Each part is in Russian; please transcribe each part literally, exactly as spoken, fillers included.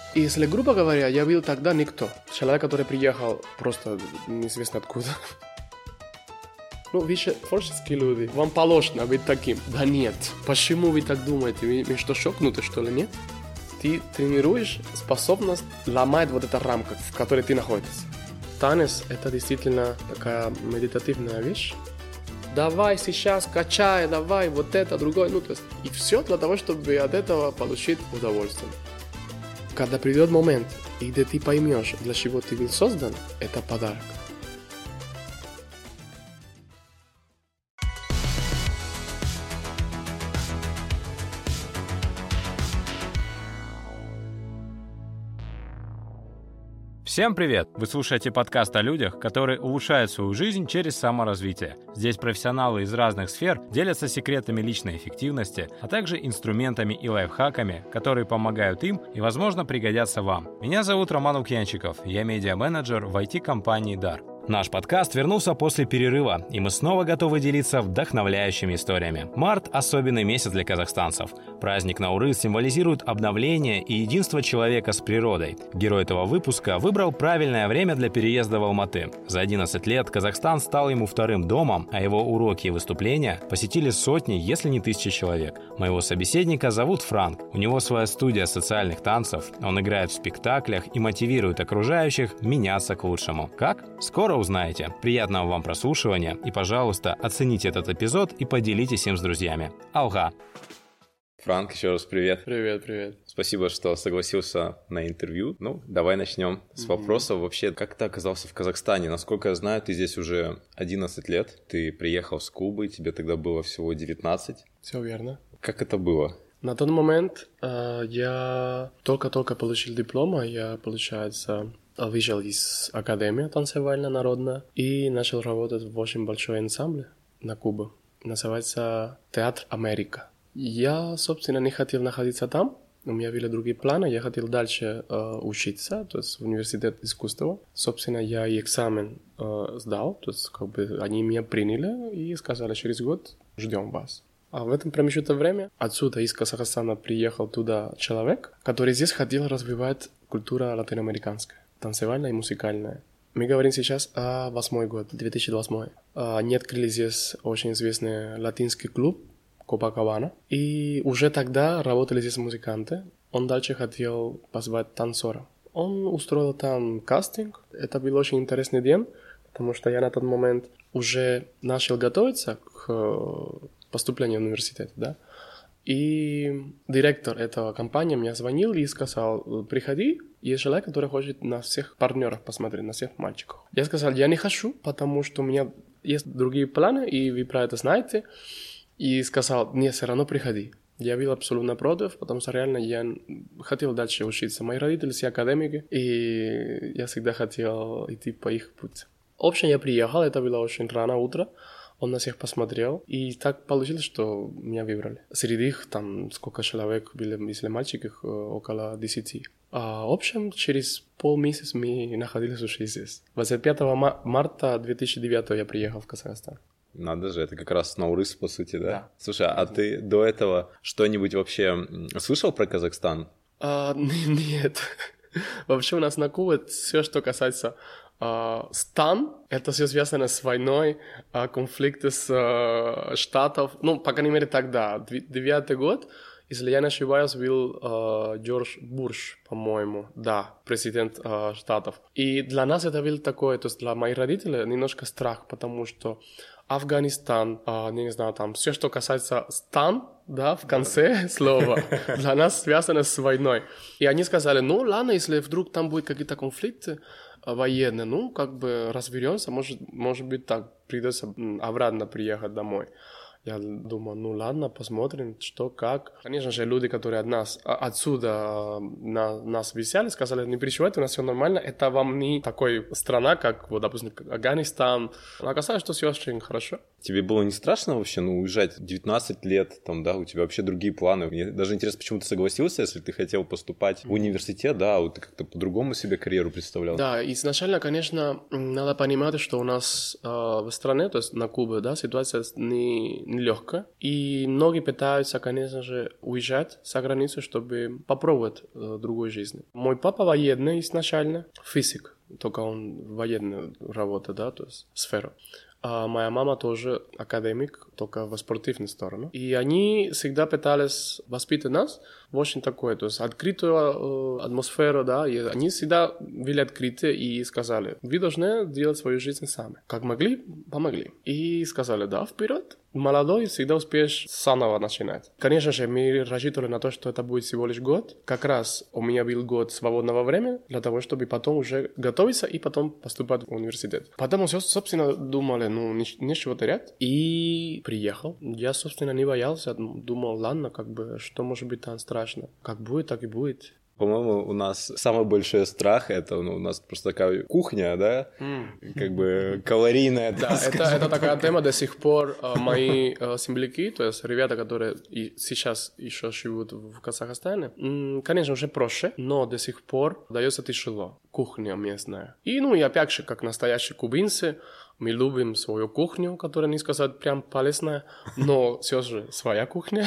И если, грубо говоря, я был тогда никто. Человек, который приехал просто неизвестно откуда. Ну, вы же творческие люди, вам положено быть таким. Да нет, почему вы так думаете? Вы, вы что, шокнуты, что ли, нет? Ты тренируешь способность ломать вот эту рамку, в которой ты находишься. Танец – это действительно такая медитативная вещь. Давай сейчас качай, давай вот это, другое. Ну, то есть, и все для того, чтобы от этого получить удовольствие. Когда придет момент, где ты поймешь, для чего ты был создан, это подарок. Всем привет! Вы слушаете подкаст о людях, которые улучшают свою жизнь через саморазвитие. Здесь профессионалы из разных сфер делятся секретами личной эффективности, а также инструментами и лайфхаками, которые помогают им и, возможно, пригодятся вам. Меня зовут Роман Лукьянчиков, я медиа-менеджер в ай ти-компании дар. Наш подкаст вернулся после перерыва, и мы снова готовы делиться вдохновляющими историями. Март – особенный месяц для казахстанцев. Праздник Наурыз символизирует обновление и единство человека с природой. Герой этого выпуска выбрал правильное время для переезда в Алматы. За одиннадцать лет Казахстан стал ему вторым домом, а его уроки и выступления посетили сотни, если не тысячи человек. Моего собеседника зовут Франк. У него своя студия социальных танцев, он играет в спектаклях и мотивирует окружающих меняться к лучшему. Как? Скоро узнаете. Приятного вам прослушивания и, пожалуйста, оцените этот эпизод и поделитесь им с друзьями. Алга! Франк, еще раз привет. Привет, привет. Спасибо, что согласился на интервью. Ну, давай начнем с mm-hmm. вопроса вообще, как ты оказался в Казахстане? Насколько я знаю, ты здесь уже одиннадцать лет, ты приехал с Кубы, тебе тогда было всего девятнадцать. Все верно. Как это было? На тот момент э, я только-только получил диплом, я, получается, вышел из академии танцевальной народной и начал работать в очень большой ансамбле на Кубе. Называется Театр Америка. Я, собственно, не хотел находиться там. У меня были другие планы. Я хотел дальше э, учиться, то есть в университет искусства. Собственно, я и экзамен э, сдал, то есть как бы они меня приняли и сказали, через год ждем вас. А в этом промежутке время отсюда из Казахстана приехал туда человек, который здесь хотел развивать культуру латиноамериканскую, танцевальная и музыкальная. Мы говорим сейчас о восьмой год, две тысячи восьмой. Они открыли здесь очень известный латинский клуб Копакабана. И уже тогда работали здесь музыканты. Он дальше хотел позвать танцора. Он устроил там кастинг. Это был очень интересный день, потому что я на тот момент уже начал готовиться к поступлению в университет, да. И директор этого компании мне звонил и сказал, приходи, есть человек, который хочет на всех партнеров посмотреть, на всех мальчиков. Я сказал, я не хочу, потому что у меня есть другие планы, и вы про это знаете. И сказал, нет, все равно приходи. Я был абсолютно против, потому что реально я хотел дальше учиться. Мои родители все академики, и я всегда хотел идти по их пути. В общем, я приехал, это было очень рано утро. Он на всех посмотрел, и так получилось, что меня выбрали. Среди их там сколько человек были, если мальчиков, около десяти. А, в общем, через полмесяца мы находились уже здесь. двадцать пятого марта две тысячи девятого я приехал в Казахстан. Надо же, это как раз Наурыз, по сути, да? Да. Слушай, а ты до этого что-нибудь вообще слышал про Казахстан? А, нет. Вообще у нас на Кубе все, что касается Uh, стан, это все связано с войной, uh, конфликты с uh, штатов, ну, по крайней мере, тогда, девятый год, если я не ошибаюсь, был uh, Джордж Буш, по-моему, да, президент uh, штатов. И для нас это был такой, то есть для моих родителей немножко страх, потому что Афганистан, uh, не знаю, там, все, что касается стан, да, в конце слова, для нас связано с войной. И они сказали, ну, ладно, если вдруг там будут какие-то конфликты, военные, ну, как бы разберемся, может, может быть, так придется обратно приехать домой. Я думаю, ну ладно, посмотрим, что, как. Конечно же, люди, которые от нас, отсюда на нас висели, сказали, не переживайте, у нас все нормально, это вам не такой страна, как, вот, допустим, Афганистан. Но оказалось, что все очень хорошо. Тебе было не страшно вообще, ну, уезжать девятнадцать лет, там, да, у тебя вообще другие планы? Мне даже интересно, почему ты согласился, если ты хотел поступать в университет, да, вот ты как-то по-другому себе карьеру представлял. Да, изначально, конечно, надо понимать, что у нас э, в стране, то есть на Кубе, да, ситуация не, нелегко. И многие пытаются, конечно же, уезжать за границу, чтобы попробовать э, другой жизни. Мой папа военный изначально, физик, только он военный работа, да, то есть сфера. А моя мама тоже академик, только в спортивную сторону. И они всегда пытались воспитать нас в очень такой, то есть открытую э, атмосферу, да, и они всегда были открыты и сказали, вы должны делать свою жизнь сами. Как могли, помогли. И сказали, да, вперед. Молодой всегда успеешь заново начинать. Конечно же, мы рассчитывали на то, что это будет всего лишь год. Как раз у меня был год свободного времени для того, чтобы потом уже готовиться и потом поступать в университет. Поэтому, собственно, думали, ну, нечего терять. И приехал. Я, собственно, не боялся. Думал, ладно, как бы, что может быть там страшно. Как будет, так и будет. По-моему, у нас самый большой страх — это ну, у нас просто такая кухня, да, mm. как бы калорийная. Да, это, это такая тема до сих пор. Мои земляки, то есть ребята, которые и сейчас еще живут в Казахстане, конечно, уже проще, но до сих пор дается тяжело. Кухня местная. И, ну, и опять же, как настоящие кубинцы, мы любим свою кухню, которая, не сказать, прям полезная, но все же своя кухня.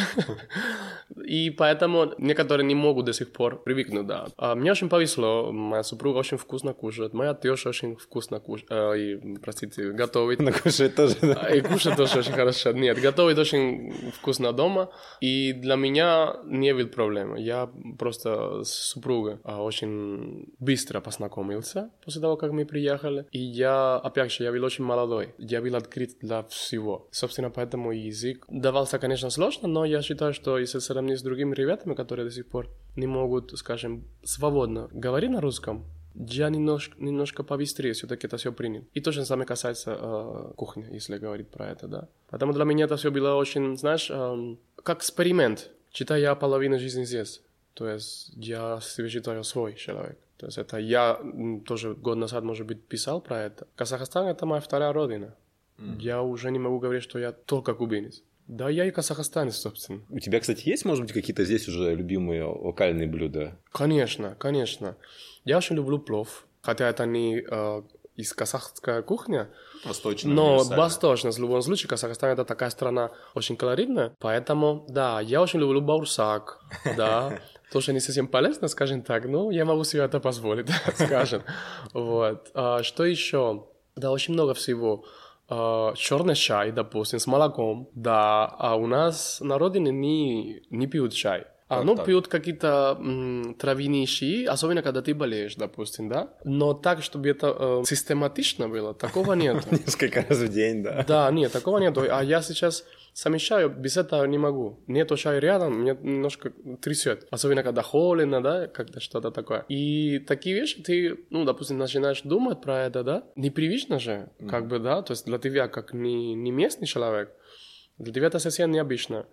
И поэтому некоторые не могут до сих пор привыкнуть, да. А мне очень повезло, моя супруга очень вкусно кушает, моя теща очень вкусно кушает, э, и, простите, готовит. Но кушает тоже, да? И кушает тоже очень хорошо. Нет, готовит очень вкусно дома, и для меня не было проблемы. Я просто с супругой очень быстро познакомился после того, как мы приехали. И я, опять же, я был очень молодой. Я был открыт для всего. Собственно, поэтому язык давался, конечно, сложно, но я считаю, что если сравнить с другими ребятами, которые до сих пор не могут, скажем, свободно говорить на русском, я немножко, немножко побыстрее все-таки это все принял. И то же самое касается э, кухни, если говорить про это, да. Поэтому для меня это все было очень, знаешь, э, как эксперимент. Читаю я половину жизни здесь. То есть я себя считаю свой человек. То есть это я тоже год назад, может быть, писал про это. Казахстан — это моя вторая родина. Mm. Я уже не могу говорить, что я только кубинец. Да, я и казахстанец, собственно. У тебя, кстати, есть, может быть, какие-то здесь уже любимые локальные блюда? Конечно, конечно. Я очень люблю плов. Хотя это не э, из казахской кухни. Восточная. Но восточная. В любом случае, Казахстан — это такая страна очень колоритная. Поэтому, да, я очень люблю баурсак. Да. Тоже не совсем полезно, скажем так, но я могу себе это позволить, скажем. Вот. А, что еще? Да, очень много всего. А, черный чай, допустим, с молоком. Да, а у нас на родине не, не пьют чай. А, ну, так. Пьют какие-то м, травяные чаи, особенно когда ты болеешь, допустим, да? Но так, чтобы это э, систематично было, такого нет. Несколько раз в день, да? Да, нет, такого нет. А я сейчас совмещаю, без этого не могу. Нету чая рядом, меня немножко трясет. Особенно, когда холодно, да, когда что-то такое. И такие вещи ты, ну, допустим, начинаешь думать про это, да? Непривычно же, mm. как бы, да? То есть для тебя, как не, не местный человек, для тебя это совсем необычно.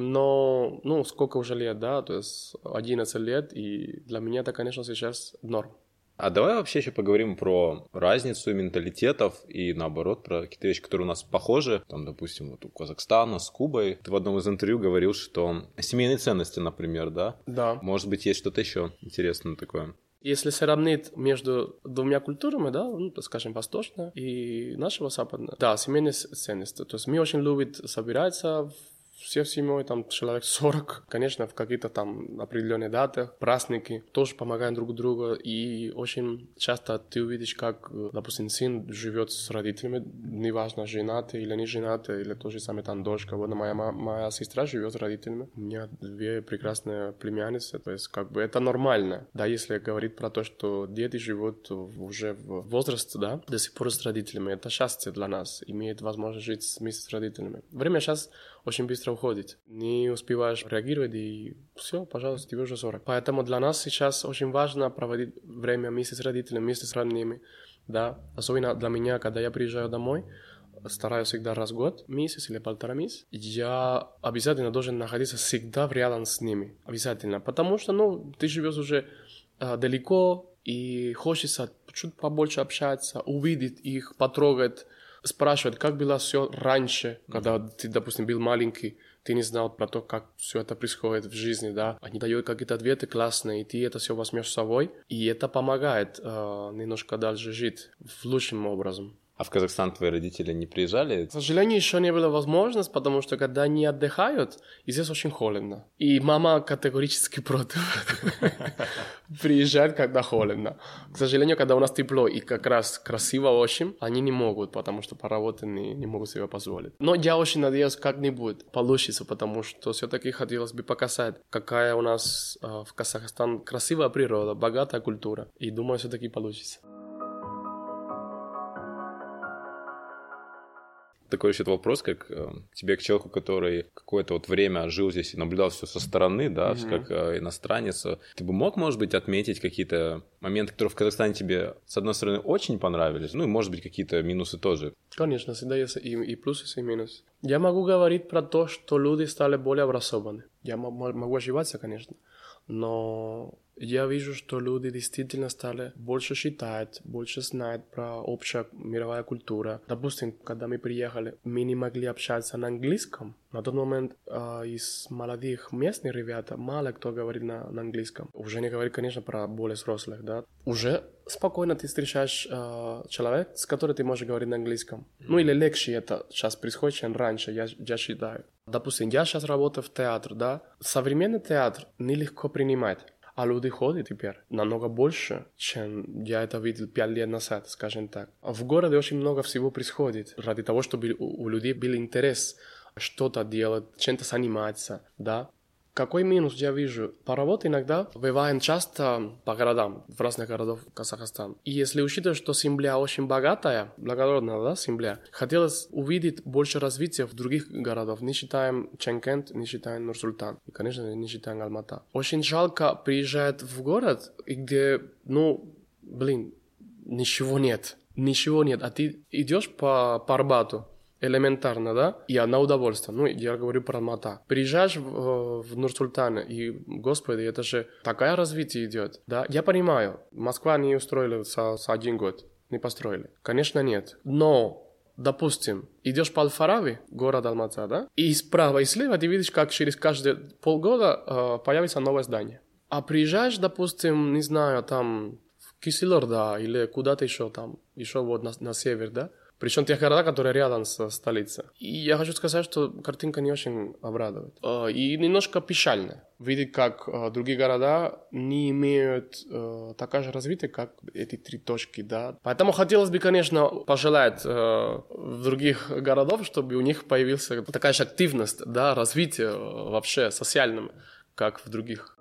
Но, ну, сколько уже лет, да, то есть одиннадцать лет, и для меня это, конечно, сейчас норм. А давай вообще еще поговорим про разницу менталитетов и, наоборот, про какие-то вещи, которые у нас похожи. Там, допустим, вот у Казахстана с Кубой. Ты в одном из интервью говорил, что семейные ценности, например, да? Да. Может быть, есть что-то еще интересное такое? Если сравнить между двумя культурами, да, ну, скажем, восточная и нашего западная, да, семейные ценности. То есть мы очень любим собираться все семьей, там, человек сорок, конечно, в какие-то там определенные даты, праздники, тоже помогаем друг другу, и очень часто ты увидишь, как, допустим, сын живет с родителями, неважно, женатый или не женатый, или то же самое там дочка. Вот моя, моя сестра живет с родителями, у меня две прекрасные племянницы, то есть как бы это нормально, да, если говорить про то, что дети живут уже в возрасте, да, до сих пор с родителями, это счастье для нас, иметь возможность жить вместе с родителями. Время сейчас очень быстро уходит. Не успеваешь реагировать, и все, пожалуйста, тебе уже сорок. Поэтому для нас сейчас очень важно проводить время вместе с родителями, вместе с родными. Да? Особенно для меня, когда я приезжаю домой, стараюсь всегда раз в год, месяц или полтора месяца, я обязательно должен находиться всегда рядом с ними. Обязательно. Потому что, ну, ты живешь уже э, далеко, и хочется чуть побольше общаться, увидеть их, потрогать, спрашивать, как было все раньше, когда ты, допустим, был маленький, ты не знал про то, как все это происходит в жизни, да. Они дают какие-то ответы классные, и ты это все возьмешь с собой, и это помогает э, немножко дальше жить в лучшим образом. А в Казахстан твои родители не приезжали? К сожалению, еще не было возможности, потому что когда они отдыхают, и здесь очень холодно. И мама категорически против приезжать, когда холодно. К сожалению, когда у нас тепло и как раз красиво очень, они не могут, потому что по работе не, не могут себе позволить. Но я очень надеюсь, как-нибудь получится, потому что все-таки хотелось бы показать, какая у нас э, в Казахстане красивая природа, богатая культура. И думаю, все-таки получится. Такой еще вопрос, как э, тебе, к человеку, который какое-то вот время жил здесь и наблюдал все со стороны, да, mm-hmm. как э, иностранец, ты бы мог, может быть, отметить какие-то моменты, которые в Казахстане тебе, с одной стороны, очень понравились, ну и, может быть, какие-то минусы тоже? Конечно, всегда есть и, и плюсы, и минусы. Я могу говорить про то, что люди стали более образованы. Я м- могу ошибаться, конечно, но я вижу, что люди действительно стали больше читать, больше знать про общую мировую культуру. Допустим, когда мы приехали, мы не могли общаться на английском. На тот момент э, из молодых местных ребят мало кто говорит на, на английском. Уже не говорит, конечно, про более взрослых, да. Уже спокойно ты встречаешь э, человека, с которым ты можешь говорить на английском. Ну или легче это сейчас происходит, чем раньше, я, я считаю. Допустим, я сейчас работаю в театре, да. Современный театр нелегко принимать. А люди ходят теперь намного больше, чем я это видел пять лет назад, скажем так. В городе очень много всего происходит ради того, чтобы у людей был интерес что-то делать, чем-то заниматься, да. Какой минус я вижу? По работе иногда бываем часто по городам, в разных городах Казахстана. И если учитывать, что земля очень богатая, благородная, да, земля, хотелось увидеть больше развития в других городах. Не считаем Чимкент, не считаем Нур-Султан. И, конечно, не считаем Алмата. Очень жалко приезжать в город, где, ну, блин, ничего нет. Ничего нет. А ты идешь по, по Арбату, элементарно, да, и на удовольствие. Ну, я говорю про Алмата. Приезжаешь в, в Нур-Султан, и, господи, это же такое развитие идет, да. Я понимаю, Москва не устроили за, за один год, не построили. Конечно, нет. Но, допустим, идешь по Аль-Фараби, город Алмата, да, и справа и слева ты видишь, как через каждые полгода э, появится новое здание. А приезжаешь, допустим, не знаю, там, в Киселорда или куда-то еще там, еще вот на, на север, да, причем тех городах, которые рядом со столицей. И я хочу сказать, что картинка не очень обрадует. И немножко печально видеть, как другие города не имеют такое же развитие, как эти три точки, да. Поэтому хотелось бы, конечно, пожелать в других городах, чтобы у них появилась такая же активность, да, развитие вообще социальным, как в других.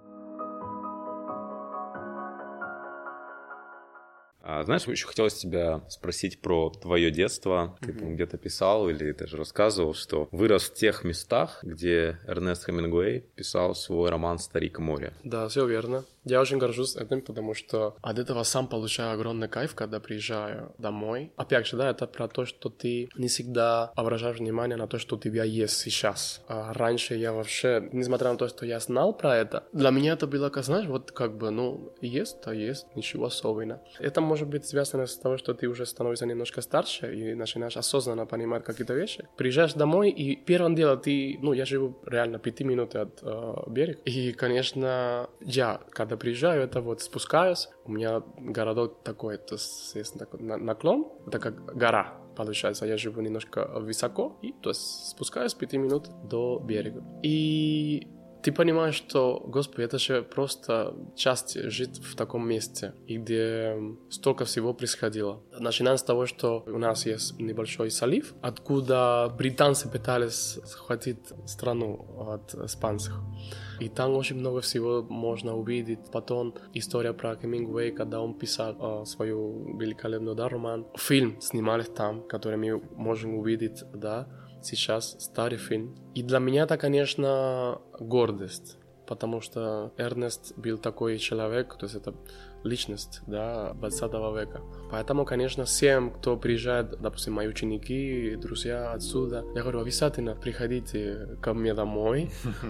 А, знаешь, еще хотелось тебя спросить про твое детство. Ты mm-hmm. где-то писал или даже рассказывал, что вырос в тех местах, где Эрнест Хемингуэй писал свой роман «Старик и море». Да, все верно. Я очень горжусь этим, потому что от этого сам получаю огромный кайф, когда приезжаю домой. Опять же, да, это про то, что ты не всегда обращаешь внимание на то, что у тебя есть сейчас. А раньше я вообще, несмотря на то, что я знал про это, для меня это было, как, знаешь, вот как бы, ну, есть, то есть, ничего особенного. Это может быть связано с того, что ты уже становишься немножко старше и начинаешь осознанно понимать какие-то вещи. Приезжаешь домой, и первым делом ты, ну, я живу реально пяти минут от э, берега, и, конечно, я, когда приезжаю, это вот спускаюсь, у меня городок такой, то есть такой наклон, это как гора, получается, я живу немножко высоко, и то есть спускаюсь пяти минут до берега. И ты понимаешь, что, Господи, это же просто часть жить в таком месте, где столько всего происходило. Начинаем с того, что у нас есть небольшой залив, откуда британцы пытались захватить страну от испанцев. И там очень много всего можно увидеть. Потом история про Хемингуэй, когда он писал э, свою великолепную, да, роман. Фильм снимали там, который мы можем увидеть, да, сейчас, старый фильм. И для меня это, конечно, гордость, потому что Эрнест был такой человек, то есть это личность, да, двадцатого века. Поэтому, конечно, всем, кто приезжает, допустим, мои ученики, друзья отсюда, я говорю, обязательно приходите ко мне домой,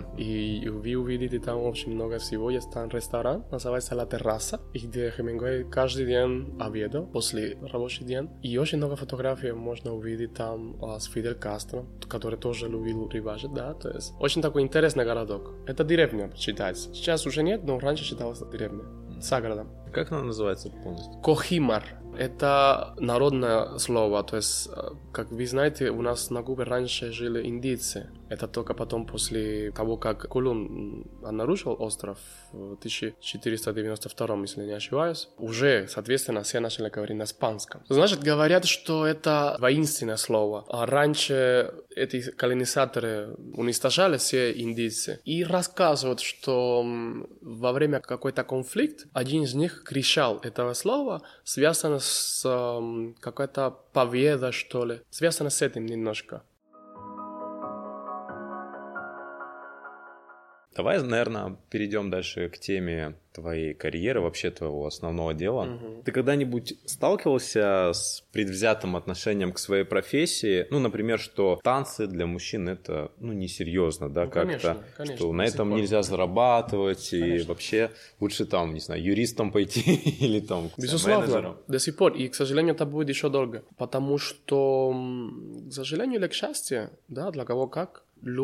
и вы увидите там очень много всего. Есть там ресторан, называется «Ла Терраса», где Хемингуэй каждый день обедал, после рабочий день. И очень много фотографий можно увидеть там с Фидель Кастро, который тоже любил рыбачить, да, то есть очень такой интересный городок. Это деревня считается. Сейчас уже нет, но раньше считалось деревня, за городом. Как оно называется полностью? Кохимар. Это народное слово, то есть, как вы знаете, у нас на Кубе раньше жили индийцы. Это только потом, после того, как Колумб нарушил остров в тысяча четыреста девяносто втором, если не ошибаюсь, уже, соответственно, все начали говорить на испанском. Значит, говорят, что это воинственное слово. А раньше эти колонизаторы уничтожали все индийцы. И рассказывают, что во время какой-то конфликт один из них кричал этого слова, связано с э, какой-то победой, что ли. Связано с этим немножко. Давай, наверное, перейдем дальше к теме твоей карьеры, вообще твоего основного дела. Угу. Ты когда-нибудь сталкивался с предвзятым отношением к своей профессии? Ну, например, что танцы для мужчин это, ну, несерьезно, да, ну, как-то, конечно, конечно, что на этом нельзя зарабатывать, конечно. И вообще лучше там, не знаю, юристом пойти или там безусловно, менеджером. До сих пор, и, к сожалению, это будет еще долго, потому что, к сожалению или к счастью, да, для кого как,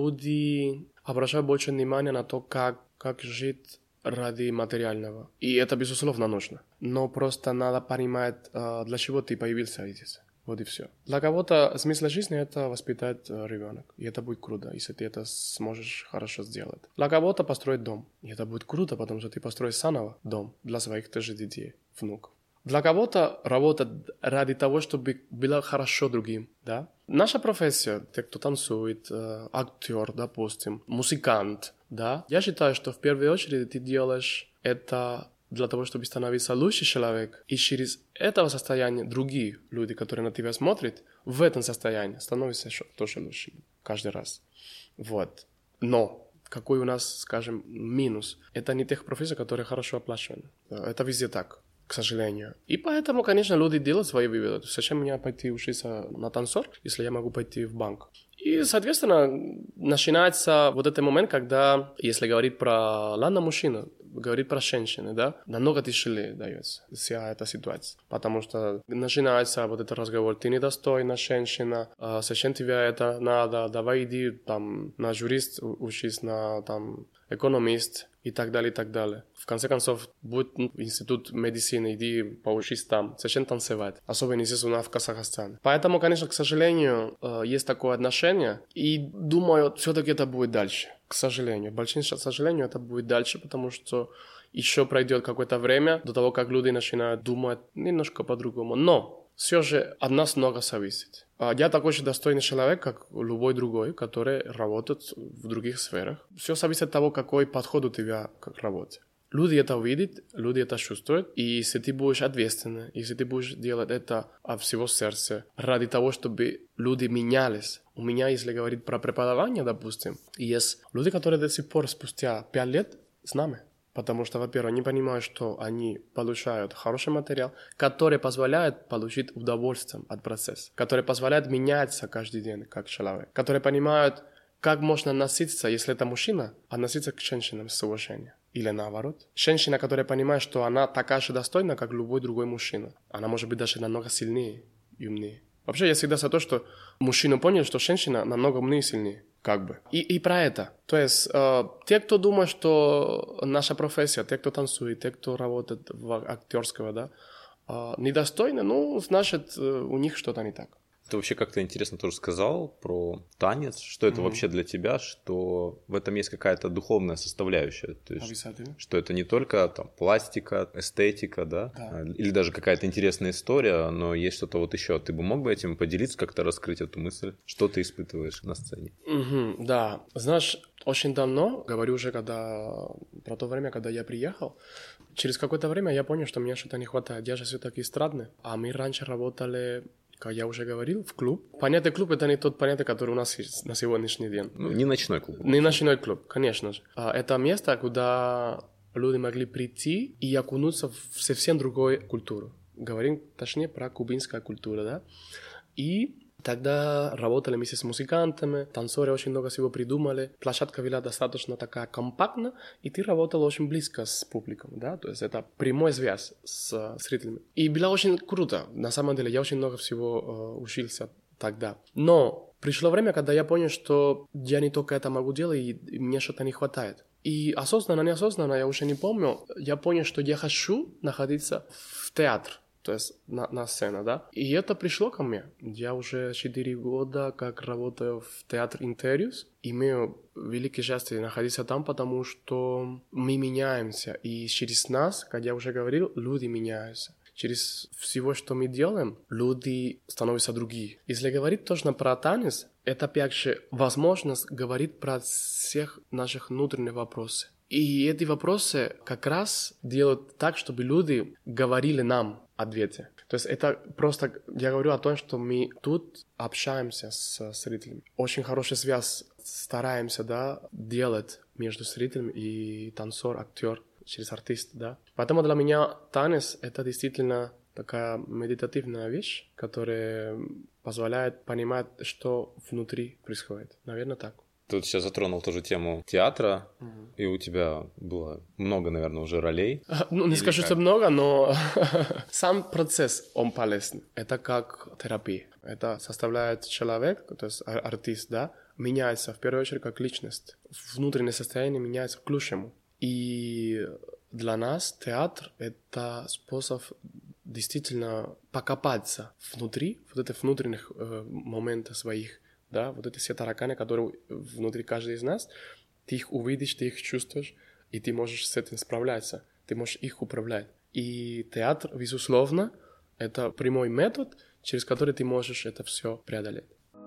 люди обращают больше внимания на то, как, как жить ради материального. И это, безусловно, нужно. Но просто надо понимать, для чего ты появился здесь. Вот и все. Для кого-то смысл жизни — это воспитать ребенок. И это будет круто, если ты это сможешь хорошо сделать. Для кого-то построить дом. И это будет круто, потому что ты построишь заново дом для своих тоже детей, внуков. Для кого-то работать ради того, чтобы было хорошо другим, да? Наша профессия, те, кто танцует, э, актер, допустим, музыкант, да? Я считаю, что в первую очередь ты делаешь это для того, чтобы становиться лучше человек, и через это состояние другие люди, которые на тебя смотрят, в этом состоянии становятся тоже лучше каждый раз. Вот. Но какой у нас, скажем, минус? Это не тех профессий, которые хорошо оплачиваны. Это везде так, к сожалению. И поэтому, конечно, люди делают свои выводы. Зачем мне пойти учиться на танцор, если я могу пойти в банк? И, соответственно, начинается вот этот момент, когда, если говорить про ладно мужчину, говорить про женщины, да, намного тяжелее дается вся эта ситуация. Потому что начинается вот этот разговор: ты недостойна женщина, а зачем тебе это надо, давай иди там на юрист, учись на там экономист и так далее, и так далее. В конце концов, будет ну, институт медицины, иди поучись там. Зачем танцевать? Особенно здесь у нас в Казахстане. Поэтому, конечно, к сожалению, есть такое отношение. И думаю, все-таки это будет дальше. К сожалению. Большинство, к сожалению, это будет дальше, потому что еще пройдет какое-то время до того, как люди начинают думать немножко по-другому. Но все же от нас много зависит. Я такой же достойный человек, как любой другой, который работает в других сферах. Все зависит от того, какой подход у тебя к работе. Люди это увидят, люди это чувствуют, и если ты будешь ответственный, если ты будешь делать это от всего сердца, ради того, чтобы люди менялись. У меня, если говорить про преподавание, допустим, есть люди, которые до сих пор спустя пять лет с нами. Потому что, во-первых, они понимают, что они получают хороший материал, который позволяет получить удовольствие от процесса, который позволяет меняться каждый день как человек, которые понимают, как можно относиться, если это мужчина, относиться к женщинам с уважением. Или наоборот. Женщина, которая понимает, что она такая же достойна, как любой другой мужчина. Она может быть даже намного сильнее и умнее. Вообще, я всегда за то, что мужчина понял, что женщина намного умнее и сильнее. Как бы. И, и про это. То есть, э, те, кто думает, что наша профессия, те, кто танцует, те, кто работает в актерского, да, э, недостойны, ну, значит, э, у них что-то не так. Ты вообще как-то интересно тоже сказал про танец, что это mm-hmm. вообще для тебя, что в этом есть какая-то духовная составляющая, то есть, что это не только там пластика, эстетика, да, да, или даже какая-то интересная история, но есть что-то вот еще. Ты бы мог бы этим поделиться, как-то раскрыть эту мысль, что ты испытываешь на сцене? Mm-hmm, да, знаешь, очень давно, говорю уже, когда про то время, когда я приехал, через какое-то время я понял, что мне что-то не хватает. Я же все-таки эстрадный, а мы раньше работали, как я уже говорил, в клуб. Понятный клуб — это не тот понятный, который у нас есть на сегодняшний день. Ну, не ночной клуб. Не ночной клуб, конечно же. Это место, куда люди могли прийти и окунуться в совсем другую культуру. Говорим, точнее, про кубинскую культуру, да. И тогда работали вместе с музыкантами, танцоры очень много всего придумали. Площадка была достаточно такая компактная, и ты работал очень близко с публикой, да, то есть это прямая связь с зрителями. И было очень круто, на самом деле, я очень много всего э, учился тогда. Но пришло время, когда я понял, что я не только это могу делать, и, и мне что-то не хватает. И осознанно, неосознанно, я уже не помню, я понял, что я хочу находиться в театре, то есть на, на сцене, да. И это пришло ко мне. Я уже четыре года как работаю в театре Интериус, имею великое счастье находиться там, потому что мы меняемся, и через нас, как я уже говорил, люди меняются. Через всего, что мы делаем, люди становятся другие. Если говорить точно про танец, это опять же возможность говорить про всех наших внутренних вопросов. И эти вопросы как раз делают так, чтобы люди говорили нам ответы. То есть это просто, я говорю о том, что мы тут общаемся с зрителями. Очень хорошая связь стараемся, да, делать между зрителем и танцор, актер, через артиста, да. Поэтому для меня танец — это действительно такая медитативная вещь, которая позволяет понимать, что внутри происходит. Наверное, так. Ты вот сейчас затронул тоже тему театра, угу. И у тебя было много, наверное, уже ролей. Ну, не Или скажу, как? Что много, но сам процесс, он полезен. Это как терапия. Это составляет человек, то есть артист, да, меняется в первую очередь как личность. Внутреннее состояние меняется к лучшему. И для нас театр — это способ действительно покопаться внутри, вот этих внутренних э, моментов своих, да, вот эти все тараканы, которые внутри каждого из нас, ты их увидишь, ты их чувствуешь, и ты можешь с этим справляться, ты можешь их управлять. И театр, безусловно, это прямой метод, через который ты можешь это все преодолеть.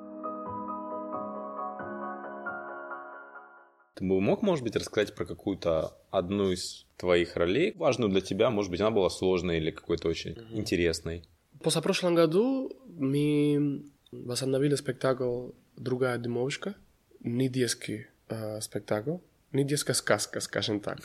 Ты бы мог, может быть, рассказать про какую-то одну из твоих ролей, важную для тебя, может быть, она была сложной или какой-то очень mm-hmm. интересной? В позапрошлом году мы восстановили спектакль «Другая дымовушка», не детский э, спектакль, не детская сказка, скажем так.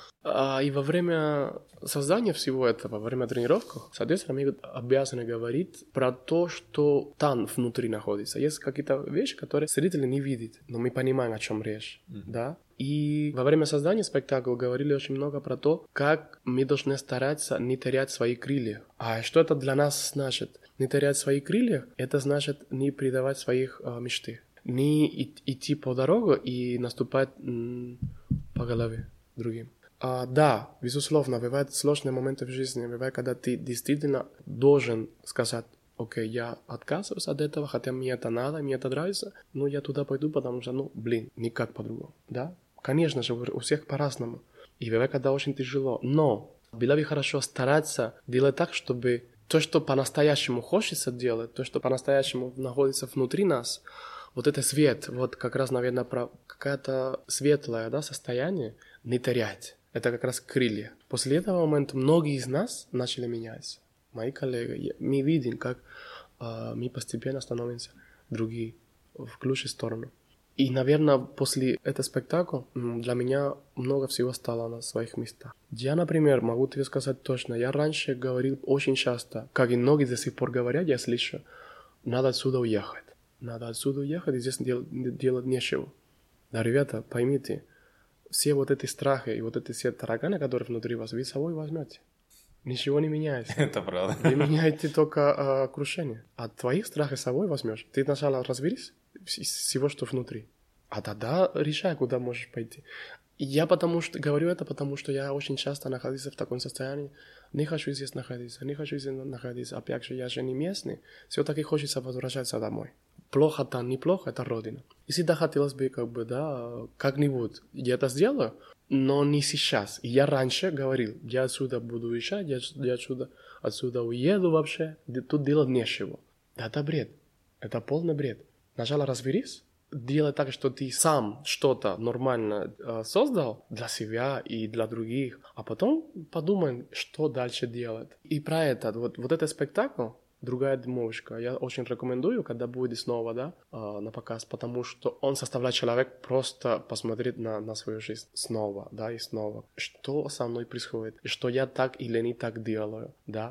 А, и во время создания всего этого, во время тренировки, соответственно, мы обязаны говорить про то, что там внутри находится. Есть какие-то вещи, которые зрители не видят, но мы понимаем, о чем речь, mm-hmm. да? И во время создания спектакля говорили очень много про то, как мы должны стараться не терять свои крылья. А что это для нас значит? Не терять свои крылья — это значит не предавать своих э, мечты. Не и- идти по дорогу и наступать м- по голове другим. А, да, безусловно, бывают сложные моменты в жизни, бывает, когда ты действительно должен сказать: окей, я отказываюсь от этого, хотя мне это надо, мне это нравится, но я туда пойду, потому что, ну, блин, никак по-другому, да? Конечно же, у всех по-разному. И бывает, когда очень тяжело, но было бы хорошо стараться делать так, чтобы то, что по-настоящему хочется делать, то, что по-настоящему находится внутри нас, вот это свет, вот как раз, наверное, про какое-то светлое, да, состояние, не терять. Это как раз крылья. После этого момента многие из нас начали меняться. Мои коллеги, мы видим, как э, мы постепенно становимся другие, в лучшую сторону. И, наверное, после этого спектакля для меня много всего стало на своих местах. Я, например, могу тебе сказать точно, я раньше говорил очень часто, как и многие до сих пор говорят, я слышу: надо отсюда уехать. Надо отсюда уехать, и здесь дел- делать нечего. Да, ребята, поймите, все вот эти страхи и вот эти все тараканы, которые внутри вас, вы с собой возьмете. Ничего не меняется. Это правда. Вы меняете только э, крушение. От твоих страхов с собой возьмешь. Ты сначала разберись из всего, что внутри. А тогда решай, куда можешь пойти. И я потому что говорю это, потому что я очень часто находился в таком состоянии. Не хочу здесь находиться, не хочу здесь находиться. Опять же, я же не местный. Все-таки хочется возвращаться домой. Плохо там, неплохо, это родина. И всегда хотелось бы, как бы, да, как-нибудь. Я это сделаю, но не сейчас. И я раньше говорил: я отсюда буду уезжать, я, я отсюда, отсюда уеду вообще. Тут делать нечего. Да, это бред. Это полный бред. Сначала разберись, делай так, что ты сам что-то нормально э, создал для себя и для других, а потом подумай, что дальше делать. И про это, вот, вот этот спектакль «Другая дымовушка» я очень рекомендую, когда будет снова, да, э, на показ, потому что он заставляет человека просто посмотреть на, на свою жизнь снова, да, и снова. Что со мной происходит, и что я так или не так делаю, да.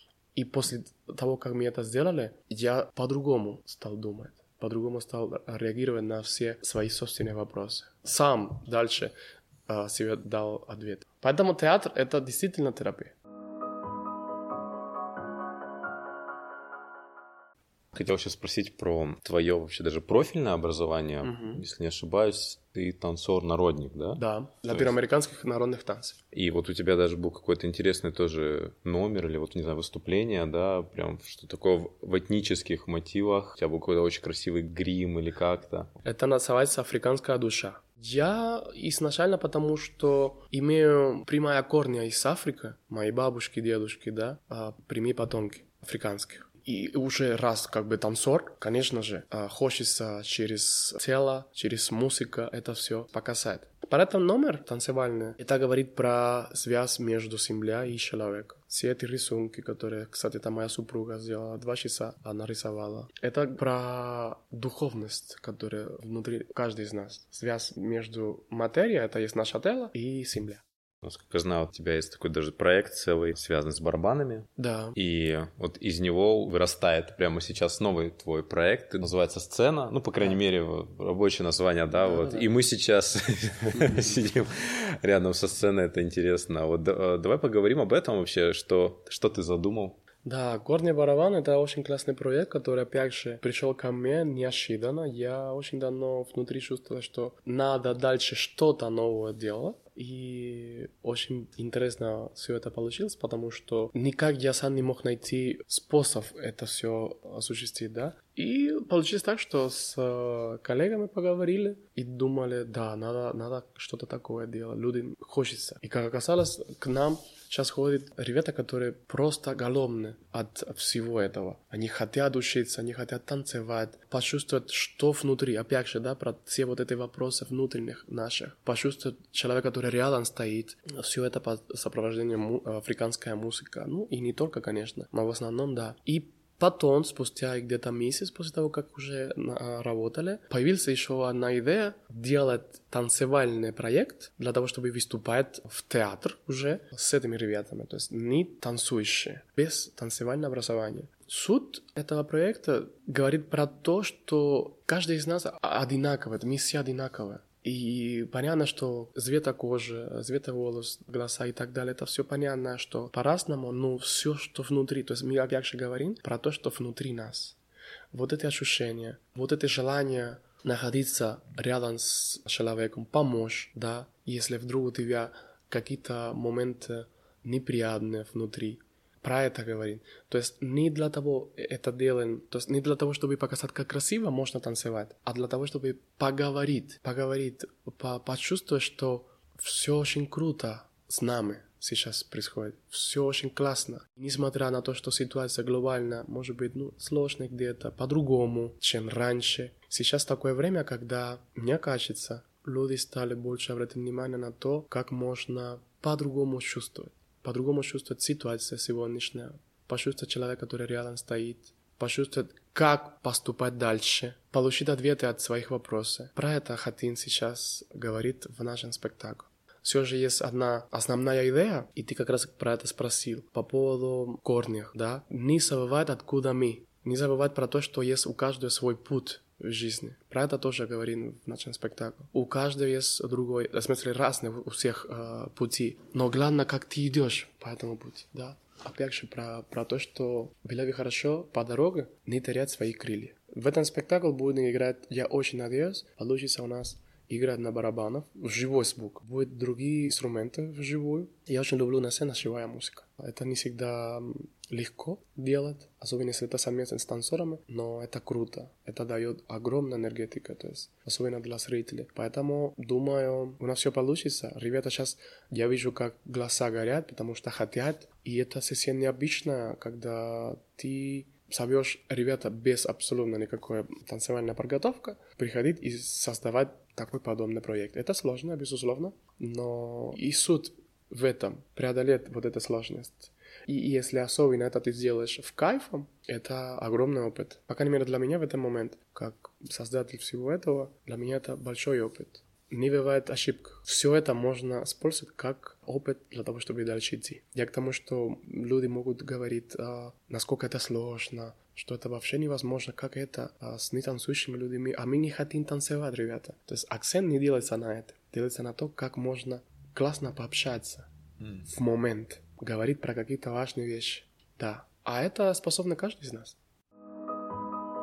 И после того, как мы это сделали, я по-другому стал думать. По-другому стал реагировать на все свои собственные вопросы. Сам дальше э, себе дал ответ. Поэтому театр — это действительно терапия. Хотел сейчас спросить про твое вообще даже профильное образование. Мгм. Если не ошибаюсь, ты танцор-народник, да? Да, То латиноамериканских народных танцев. И вот у тебя даже был какой-то интересный тоже номер или вот, не знаю, выступление, да, прям что такое в в этнических мотивах. У тебя был какой-то очень красивый грим или как-то. Это называется африканская душа. Я изначально потому, что имею прямая корня из Африки, мои бабушки, дедушки, да, а, прямые потомки африканских. И уже раз как бы танцор, конечно же, а, хочется через тело, через музыку это все показать. Поэтому номер танцевальный, это говорит про связь между землей и человеком. Все эти рисунки, которые, кстати, это моя супруга сделала, два часа она рисовала. Это про духовность, которая внутри каждого из нас. Связь между материей, это есть наше тело, и земля. Насколько я знаю, у тебя есть такой даже проект целый, связанный с барабанами. Да. И вот из него вырастает прямо сейчас новый твой проект, называется «Сцена», ну, по крайней Да. мере, рабочее название, да, Да, вот. да. И мы сейчас сидим рядом со сценой, это интересно. Вот да- давай поговорим об этом вообще, что, что ты задумал. Да, «Горный барабан» — это очень классный проект, который, опять же, пришел ко мне неожиданно. Я очень давно внутри чувствовал, что надо дальше что-то новое делать. И очень интересно все это получилось, потому что никак я сам не мог найти способ это все осуществить, да. И получилось так, что с э, коллегами поговорили и думали, да, надо, надо что-то такое делать, людям хочется. И как оказалось, к нам сейчас ходят ребята, которые просто голодны от всего этого. Они хотят учиться, они хотят танцевать, почувствовать, что внутри. Опять же, да, про все вот эти вопросы внутренних наших. Почувствовать человека, который рядом стоит. Все это под сопровождением му- африканская музыка. Ну, и не только, конечно, но в основном, да. И потом, спустя где-то месяц после того, как уже а, работали, появилась еще одна идея делать танцевальный проект для того, чтобы выступать в театр уже с этими ребятами. То есть не танцующие, без танцевального образования. Суть этого проекта говорит про то, что каждый из нас одинаковый, мы все одинаковые. И понятно, что цвета кожи, цвета волос, глаза и так далее, это все понятно, что по-разному, но все, что внутри, то есть мы опять же говорим про то, что внутри нас. Вот эти ощущения, вот это желание находиться рядом с человеком, помочь, да, если вдруг у тебя какие-то моменты неприятные внутри. Про это говорим. То есть не для того это делаем, то есть не для того, чтобы показать, как красиво можно танцевать, а для того, чтобы поговорить, поговорить, по почувствовать, что все очень круто с нами сейчас происходит, все очень классно. Несмотря на то, что ситуация глобально может быть ну, сложной где-то, по-другому, чем раньше. Сейчас такое время, когда, мне кажется, люди стали больше обращать внимание на то, как можно по-другому чувствовать. По-другому чувствовать ситуацию сегодняшнюю, почувствовать человека, который рядом стоит, почувствовать, как поступать дальше, получить ответы от своих вопросов. Про это хотим сейчас говорить в нашем спектакле. Все же есть одна основная идея, и ты как раз про это спросил, по поводу корней, да? Не забывать, откуда мы, не забывать про то, что есть у каждого свой путь в жизни. Про это тоже говорим в нашем спектакле. У каждого есть другой, в смысле разный у всех э, пути. Но главное, как ты идешь по этому пути, да. Опять же про, про то, что было бы хорошо по дороге не терять свои крылья. В этом спектакле будет играть, я очень надеюсь, получится у нас играть на барабанах, в живой звук. Будут другие инструменты вживую. Я очень люблю на сцене живая музыка. Это не всегда легко делать, особенно если это совместно с танцорами, но это круто. Это дает огромную энергетику, то есть, особенно для зрителей. Поэтому, думаю, у нас все получится. Ребята сейчас, я вижу, как глаза горят, потому что хотят, и это совсем необычно, когда ты зовешь ребята без абсолютно никакой танцевальной подготовки, приходить и создавать такой подобный проект. Это сложно, безусловно, но и суть в этом, преодолеть вот эту сложность. И если особенно это ты сделаешь в кайфом, это огромный опыт. По крайней мере, для меня в этот момент, как создатель всего этого, для меня это большой опыт. Не бывает ошибок. Все это можно использовать как опыт для того, чтобы дальше идти. Я к тому, что люди могут говорить, а, насколько это сложно, что это вообще невозможно, как это а, с нетанцующими людьми. А мы не хотим танцевать, ребята. То есть акцент не делается на это. Делается на то, как можно классно пообщаться mm. в момент. Говорить про какие-то важные вещи. Да. А это способно каждый из нас.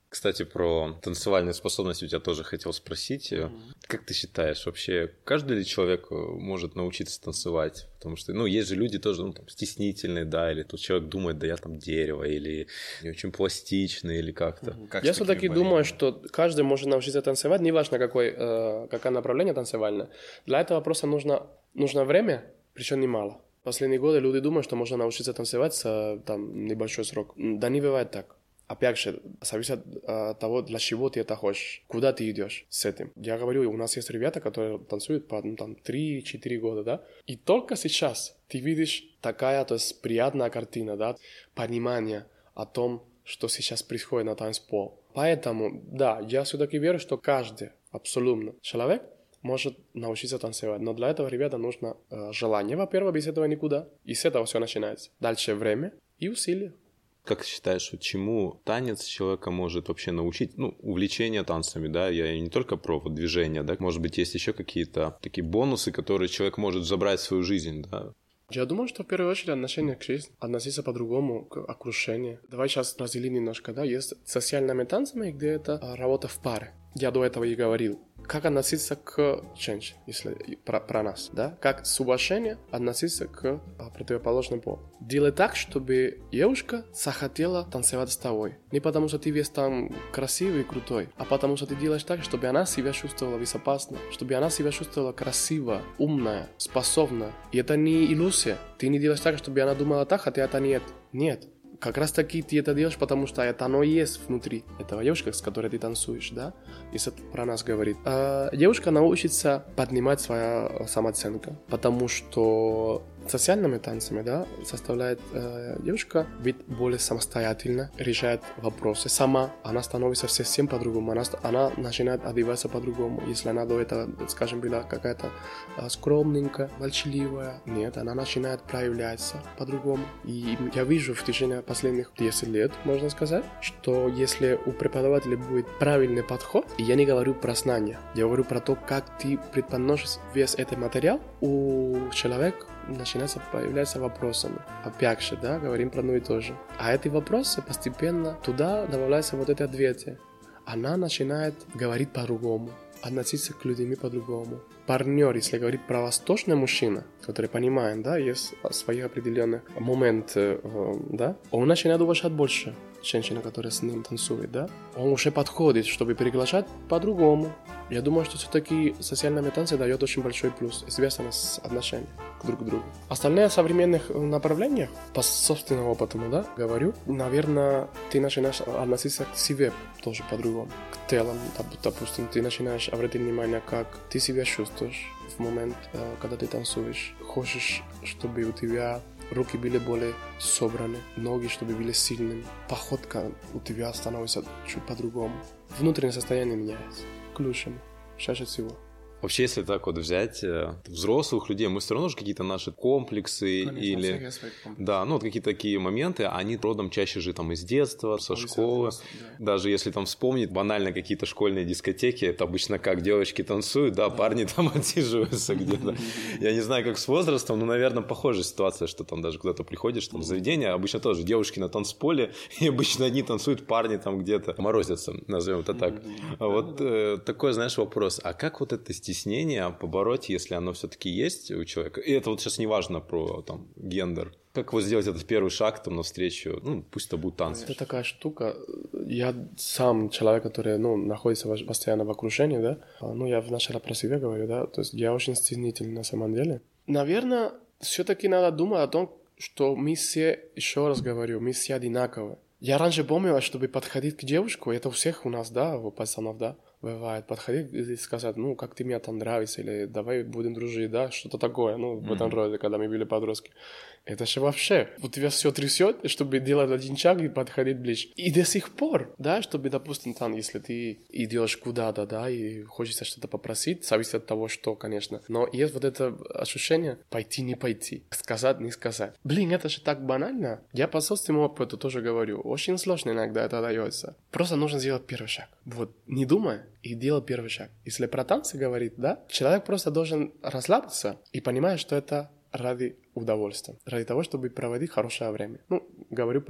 Кстати, про танцевальные способности у тебя тоже хотел спросить. Mm-hmm. Как ты считаешь, вообще каждый ли человек может научиться танцевать? Потому что, ну, есть же люди тоже, ну, там, стеснительные, да, или тут человек думает, да я там дерево, или не очень пластичный, или как-то. Mm-hmm. Как я все-таки думаю, что каждый может научиться танцевать, неважно, какой, э, какое направление танцевальное. Для этого просто нужно, нужно время, причем немало. В последние годы люди думают, что можно научиться танцевать за там, небольшой срок. Да не бывает так. Опять же, зависит от того, для чего ты это хочешь, куда ты идешь с этим. Я говорю, у нас есть ребята, которые танцуют по ну, там, три-четыре года, да, и только сейчас ты видишь такая, то есть приятная картина, да, понимание о том, что сейчас происходит на танцпол. Поэтому, да, я все-таки верю, что каждый, абсолютно, человек может научиться танцевать. Но для этого, ребята, нужно э, желание, во-первых, без этого никуда. И с этого все начинается. Дальше время и усилия. Как считаешь, чему танец человека может вообще научить? Ну, увлечение танцами, да, я не только про вот движение, да, может быть, есть еще какие-то такие бонусы, которые человек может забрать в свою жизнь, да? Я думаю, что в первую очередь отношение к жизни, относиться по-другому к окружению. Давай сейчас разделим немножко, да, есть социальными танцами, где это работа в паре. Я до этого и говорил. Как относиться к женщине, если про, про нас, да? Как с уважением относиться к а, противоположному полу. Делай так, чтобы девушка захотела танцевать с тобой. Не потому, что ты весь там красивый и крутой, а потому, что ты делаешь так, чтобы она себя чувствовала безопасно, чтобы она себя чувствовала красиво, умная, способна. И это не иллюзия. Ты не делаешь так, чтобы она думала так, хотя это нет. Нет. Как раз таки ты это делаешь, потому что это оно есть внутри этого девушки, с которой ты танцуешь, да? Если это про нас говорит. А девушка научится поднимать свою самооценку, потому что социальными танцами, да, составляет э, девушка быть более самостоятельно, решает вопросы сама, она становится совсем по-другому, она, она начинает одеваться по-другому. Если она до этого, скажем, была какая-то э, скромненькая, молчаливая, нет, она начинает проявляться по-другому. И я вижу в течение последних десяти лет, можно сказать, что если у преподавателя будет правильный подход, и я не говорю про знания, я говорю про то, как ты преподносишь весь этот материал, у человека начинаются появляться вопросами. Опять же, да, говорим про одно и то же. А эти вопросы постепенно туда добавляются вот эти ответы. Она начинает говорить по-другому, относиться к людям по-другому. Партнер, если говорить про восточный мужчина, который понимает, да, есть свои определенные моменты, да, он начинает уважать больше женщину, которая с ним танцует, да. Он уже подходит, чтобы приглашать по-другому. Я думаю, что все-таки социальные танцы дает очень большой плюс, связано с отношением друг к другу. Остальные современных направлениях, по собственному опыту, да, говорю, наверное, ты начинаешь относиться к себе тоже по-другому. К телам, допустим, ты начинаешь обратить внимание, как ты себя чувствуешь в момент, когда ты танцуешь. Хочешь, чтобы у тебя руки были более собраны, ноги, чтобы были сильными. Походка у тебя становится чуть по-другому. Внутреннее состояние меняется. К лучшему, чаще всего. Вообще, если так вот взять взрослых людей, мы все равно же какие-то наши комплексы. Конечно, или... Да, ну вот какие-то такие моменты, они родом чаще же там из детства, со школы. Да. Даже если там вспомнить банально какие-то школьные дискотеки, это обычно как девочки танцуют, да, да. Парни там отсиживаются где-то. Я не знаю, как с возрастом, но, наверное, похожая ситуация, что там даже куда-то приходишь там в заведение, обычно тоже девушки на танцполе, и обычно одни танцуют, парни там где-то морозятся, назовем это так. Вот такой, знаешь, вопрос, а как вот это стеснение побороть, если оно все-таки есть у человека? И это вот сейчас не важно про там гендер. Как вот сделать этот первый шаг там навстречу, ну, пусть это будут танцы. Это такая штука. Я сам человек, который, ну, находится постоянно в окружении, да, ну, я вначале про себя говорю, да, то есть я очень стеснительный на самом деле. Наверное, все-таки надо думать о том, что мы все, еще раз говорю, мы все одинаковые. Я раньше помнил, чтобы подходить к девушке, это у всех у нас, да, у пацанов, да, бывает, подходить и сказать, ну, как ты мне там нравишься, или давай будем дружить, да, что-то такое, ну, в этом роде, когда мы были подростки. Это же вообще, у тебя все трясет, чтобы делать один шаг и подходить ближе. И до сих пор, да, чтобы, допустим, там, если ты идешь куда-то, да, и хочется что-то попросить, зависит от того, что, конечно, но есть вот это ощущение пойти, не пойти, сказать, не сказать. Блин, это же так банально. Я по собственному опыту тоже говорю, очень сложно иногда это дается. Просто нужно сделать первый шаг. Вот, не думай и делай первый шаг. Если про танцы говорить, да, человек просто должен расслабиться и понимать, что это ради удовольствия, ради того, чтобы проводить хорошее время. Ну, говорю про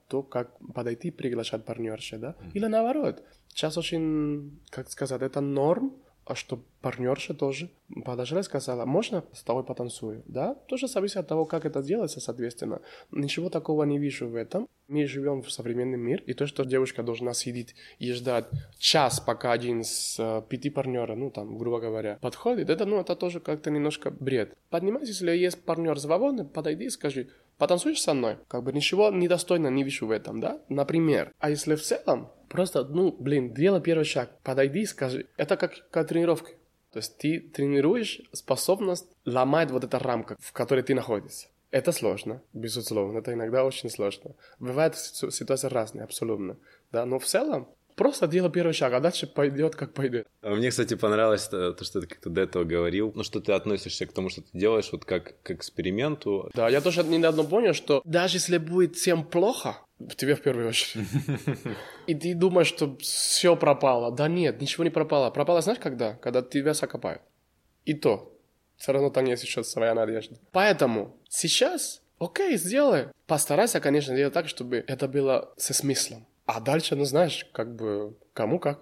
то, как подойти, приглашать партнерши, да? Mm-hmm. Или наоборот. Сейчас очень, как сказать, это норм, а что партнерша тоже подошла и сказала, можно с тобой потанцую, да? Тоже зависит от того, как это делается, соответственно. Ничего такого не вижу в этом. Мы живем в современном мире, и то, что девушка должна сидеть и ждать час, пока один из uh, пяти партнера, ну, там, грубо говоря, подходит, это, ну, это тоже как-то немножко бред. Поднимайся, если есть партнер свободный, подойди и скажи, потанцуешь со мной? Как бы ничего недостойного не вижу в этом, да? Например. А если в целом, просто, ну, блин, делай первый шаг, подойди и скажи. Это как, как тренировка. То есть ты тренируешь способность ломать вот эту рамку, в которой ты находишься. Это сложно, безусловно, это иногда очень сложно. Бывают ситуации разные, абсолютно. Да? Но в целом, просто делай первый шаг, а дальше пойдет, как пойдет. Мне, кстати, понравилось то, что ты как-то до этого говорил, ну, что ты относишься к тому, что ты делаешь, вот как к эксперименту. Да, я тоже недавно понял, что даже если будет всем плохо, тебе в первую очередь, и ты думаешь, что все пропало. Да нет, ничего не пропало. Пропало, знаешь, когда? Когда тебя закопают. И то. Все равно там есть еще своя надежда. Поэтому сейчас, окей, сделай. Постарайся, конечно, делать так, чтобы это было со смыслом. А дальше, ну знаешь, как бы кому как.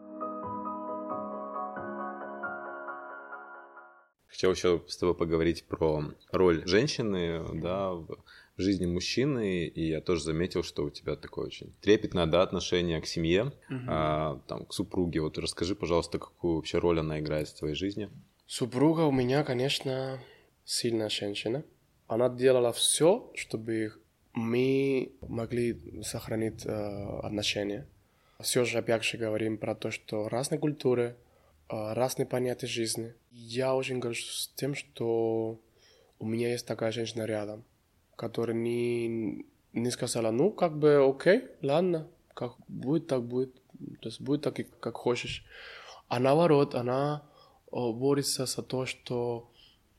Хотел еще с тобой поговорить про роль женщины, да, в жизни мужчины, и я тоже заметил, что у тебя такое очень трепетное, да, отношение к семье, uh-huh. а, там, к супруге. Вот расскажи, пожалуйста, какую вообще роль она играет в твоей жизни? Супруга у меня, конечно, сильная женщина. Она делала все, чтобы мы могли сохранить э, отношения. Все же, опять же, говорим про то, что разные культуры, э, разные понятия жизни. Я очень горжусь тем, что у меня есть такая женщина рядом, которая не, не сказала, ну, как бы, окей, ладно, как будет, так будет. То есть будет так, как хочешь. А наоборот, она о, борется за то, что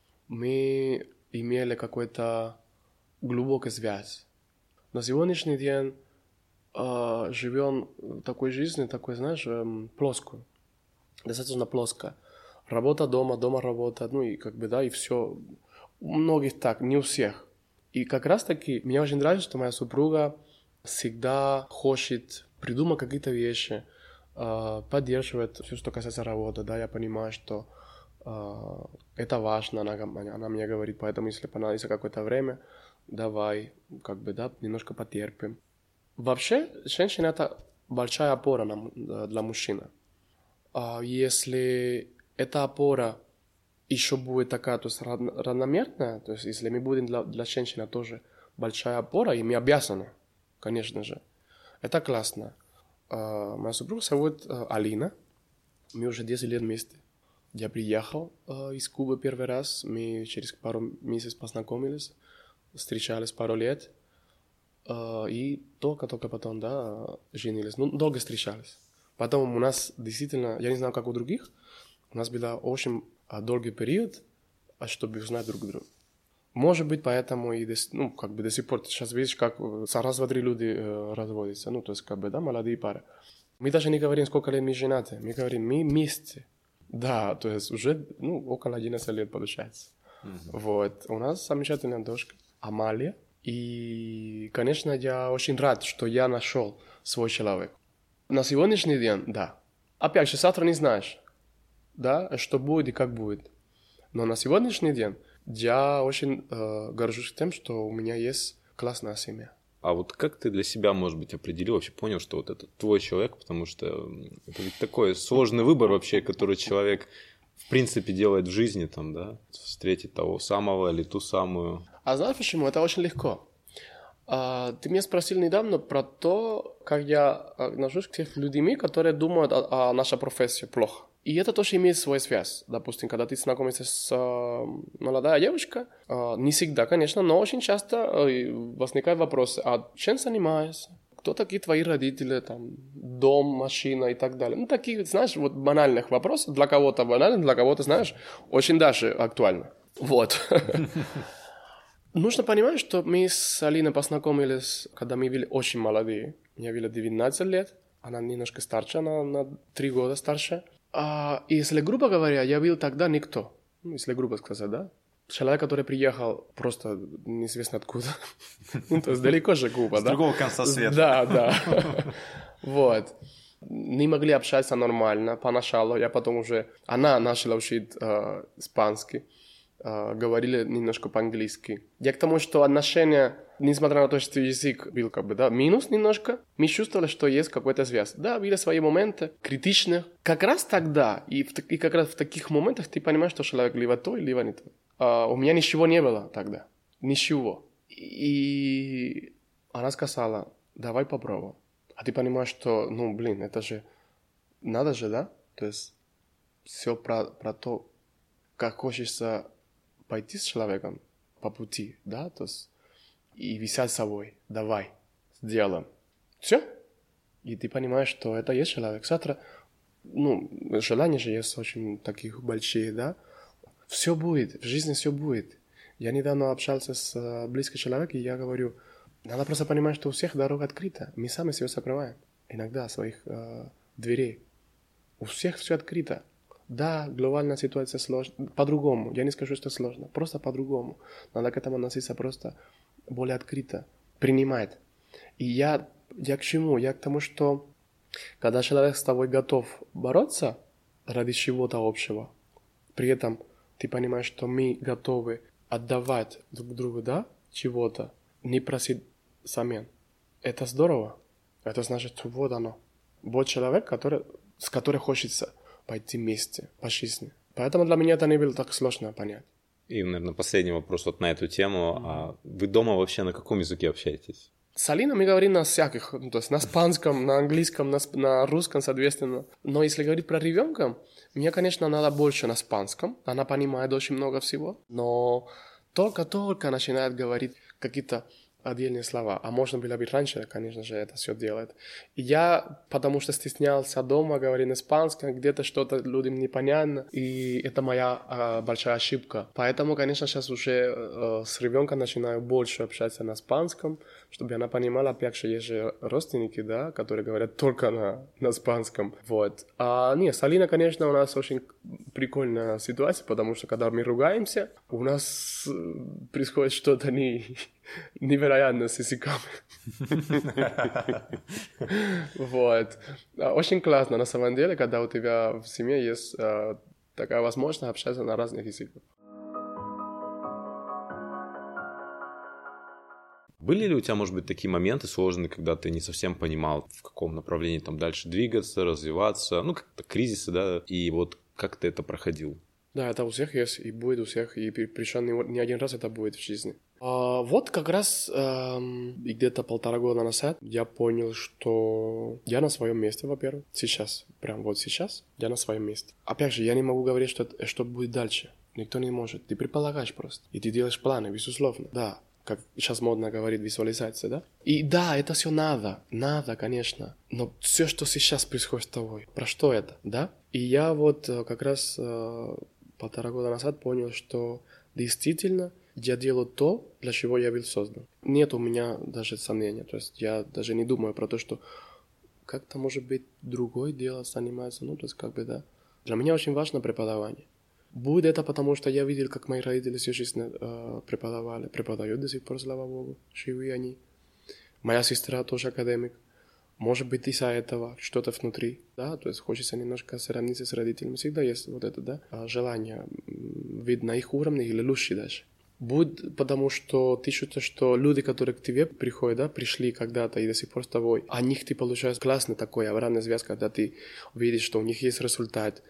мы имели какую-то глубокую связь. На сегодняшний день э, живем такой жизнью, такой, знаешь, э, плоскую. Достаточно плоско. Работа дома, дома работа, ну и как бы, да, и все. У многих так, не у всех. И как раз-таки мне очень нравится, что моя супруга всегда хочет придумать какие-то вещи, э, поддерживает все, что касается работы, да, я понимаю, что э, это важно, она, она мне говорит, поэтому если понадобится какое-то время, давай, как бы, да, немножко потерпим. Вообще, женщина — это большая опора на, для мужчины. А если эта опора еще будет такая, то есть равномерная, то есть если мы будем для, для женщины тоже большая опора, и мы обязаны, конечно же, это классно. А, моя супруга зовут а, Алина, мы уже десять лет вместе. Я приехал а, из Кубы первый раз, мы через пару месяцев познакомились, встречались пару лет, э, и только-только потом, да, женились. Ну, долго встречались. Потом у нас действительно, я не знаю, как у других, у нас был очень долгий период, чтобы узнать друг друга. Может быть, поэтому и, ну, как бы до сих пор, ты сейчас видишь, как раз, два, три люди э, разводятся, ну, то есть, как бы, да, молодые пары. Мы даже не говорим, сколько лет мы женаты, мы говорим, мы вместе. Да, то есть уже, ну, около одиннадцати лет получается. Mm-hmm. Вот, у нас замечательная дочка Амалия. И, конечно, я очень рад, что я нашел свой человек. На сегодняшний день, да. Опять же, завтра не знаешь, да, что будет и как будет. Но на сегодняшний день я очень э, горжусь тем, что у меня есть классная семья. А вот как ты для себя, может быть, определил, вообще понял, что вот это твой человек, потому что это ведь такой сложный выбор вообще, который человек в принципе делает в жизни, там, да, встретить того самого или ту самую. А знаешь почему? Это очень легко. А, ты меня спросил недавно про то, как я отношусь к тех людьми, которые думают о, о нашей профессии плохо. И это тоже имеет свою связь. Допустим, когда ты знакомишься с э, молодой девушкой, э, не всегда, конечно, но очень часто э, возникают вопросы, а чем занимаешься? Кто такие твои родители, там, дом, машина и так далее. Ну, такие, знаешь, вот банальных вопросов. Для кого-то банально, для кого-то, знаешь, очень даже актуально. Вот. Нужно понимать, что мы с Алиной познакомились, когда мы были очень молодые. Мне было девятнадцать лет, она немножко старше, она на три года старше. А, и если грубо говоря, я был тогда никто. Если грубо сказать, да? человек, который приехал просто неизвестно откуда, ну, то есть далеко же Куба, да? С другого конца света. Да, да. Вот. Не могли общаться нормально поначалу, я потом уже... Она начала учить э, испанский, э, говорили немножко по-английски. Я к тому, что отношения, несмотря на то, что язык был как бы, да, минус немножко, мы чувствовали, что есть какой-то связь. Да, были свои моменты критичных. Как раз тогда, и, в, и как раз в таких моментах ты понимаешь, что человек либо той, либо не той. Uh, у меня ничего не было тогда. Ничего. И она сказала, давай попробуем. А ты понимаешь, что, ну, блин, это же... Надо же, да? То есть все про, про то, как хочется пойти с человеком по пути, да? То есть и взять с собой. Давай, сделаем. Все. И ты понимаешь, что это есть человек. Завтра, ну, желания же есть очень таких большие, да? Все будет, в жизни все будет. Я недавно общался с близким человеком, и я говорю, надо просто понимать, что у всех дорога открыта. Мы сами себя закрываем. Иногда своих э, дверей. У всех все открыто. Да, глобальная ситуация сложна. По-другому. Я не скажу, что сложно. Просто по-другому. Надо к этому относиться просто более открыто. Принимать. И я, я к чему? Я к тому, что когда человек с тобой готов бороться ради чего-то общего, при этом ты понимаешь, что мы готовы отдавать друг другу, да, чего-то, не просить взамен. Это здорово. Это значит, что вот оно. Вот человек, который, с которым хочется пойти вместе по жизни. Поэтому для меня это не было так сложно понять. И, наверное, последний вопрос вот на эту тему. Mm-hmm. А вы дома вообще на каком языке общаетесь? С Алиной мы говорим на всяких, ну, то есть на испанском, на английском, на, на русском, соответственно. Но если говорить про ребенка, мне, конечно, надо больше на испанском. Она понимает очень много всего. Но только-только начинает говорить какие-то отдельные слова. А можно было бы раньше, конечно же, это все делать. И я, потому что стеснялся дома, говорить на испанском, где-то что-то людям непонятно. И это моя э, большая ошибка. Поэтому, конечно, сейчас уже э, с ребенком начинаю больше общаться на испанском, чтобы она понимала, опять же, есть же родственники, да, которые говорят только на, на испанском. Вот. А нет, с Алиной, конечно, у нас очень прикольная ситуация, потому что когда мы ругаемся, у нас происходит что-то не... невероятно с языками. Вот. Очень классно, на самом деле, когда у тебя в семье есть такая возможность общаться на разных языках. Были ли у тебя, может быть, такие моменты сложные, когда ты не совсем понимал, в каком направлении там дальше двигаться, развиваться, ну, как-то кризисы, да, и вот как ты это проходил? Да, это у всех есть, и будет у всех, и причем не, не один раз это будет в жизни. А, вот как раз эм, где-то полтора года назад я понял, что я на своем месте, во-первых, сейчас, прям вот сейчас, я на своем месте. Опять же, я не могу говорить, что, что будет дальше. Никто не может. Ты предполагаешь просто, и ты делаешь планы, безусловно, да. Как сейчас модно говорить, визуализация, да? И да, это все надо, надо, конечно. Но все, что сейчас происходит с тобой, про что это, да? И я вот как раз э, полтора года назад понял, что действительно я делаю то, для чего я был создан. Нет у меня даже сомнения. То есть я даже не думаю про то, что как-то, может быть, другое дело занимается. Ну, то есть как бы, да. Для меня очень важно преподавание. Будет это потому, что я видел, как мои родители всю жизнь э, преподавали, преподают до сих пор, слава богу, живые они. Моя сестра тоже академик. Может быть, из-за этого что-то внутри, да, то есть хочется немножко сравниться с родителями. Всегда есть вот это, да, желание видеть на их уровне или лучше даже. Будет потому, что ты чувствуешь, что люди, которые к тебе приходят, да, пришли когда-то и до сих пор с тобой, о них ты получаешь классный такой обратный связь, когда ты видишь, что у них есть результат,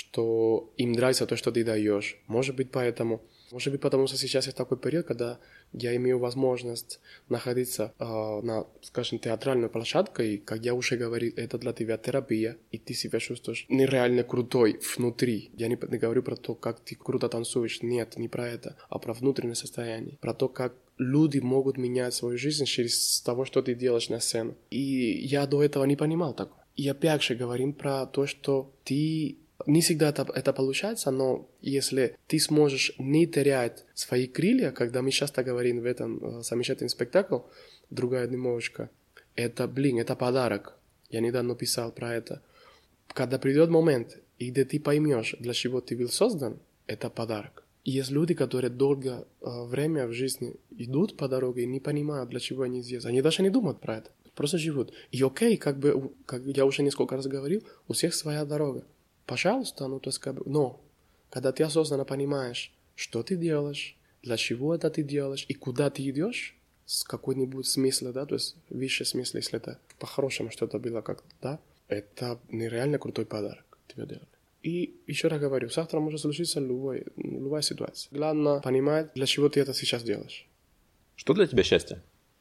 что им нравится то, что ты даешь. Может быть, поэтому. Может быть, потому что сейчас есть такой период, когда я имею возможность находиться э, на, скажем, театральной площадке, и, как я уже говорил, это для тебя терапия, и ты себя чувствуешь нереально крутой внутри. Я не, не говорю про то, как ты круто танцуешь, нет, не про это, а про внутреннее состояние, про то, как люди могут менять свою жизнь через того, что ты делаешь на сцене. И я до этого не понимал такого. И опять же говорим про то, что ты... Не всегда это, это получается, но если ты сможешь не терять свои крылья, когда мы часто говорим в этом э, замечательный спектакль «Другая дымовочка», это, блин, это подарок. Я недавно писал про это. Когда придет момент, и где ты поймешь, для чего ты был создан, это подарок. И есть люди, которые долгое э, время в жизни идут по дороге и не понимают, для чего они здесь. Они даже не думают про это, просто живут. И окей, как бы, как я уже несколько раз говорил, у всех своя дорога. Пожалуйста, ну то есть как бы, но когда ты осознанно понимаешь, что ты делаешь, для чего это ты делаешь и куда ты идешь, с какой-нибудь смыслом, да, то есть высший смысл, если это по-хорошему что-то было как-то, да, это нереально крутой подарок тебе делали. И еще раз говорю, завтра может случиться любой, любая ситуация. Главное понимать, для чего ты это сейчас делаешь. Что для тебя счастье?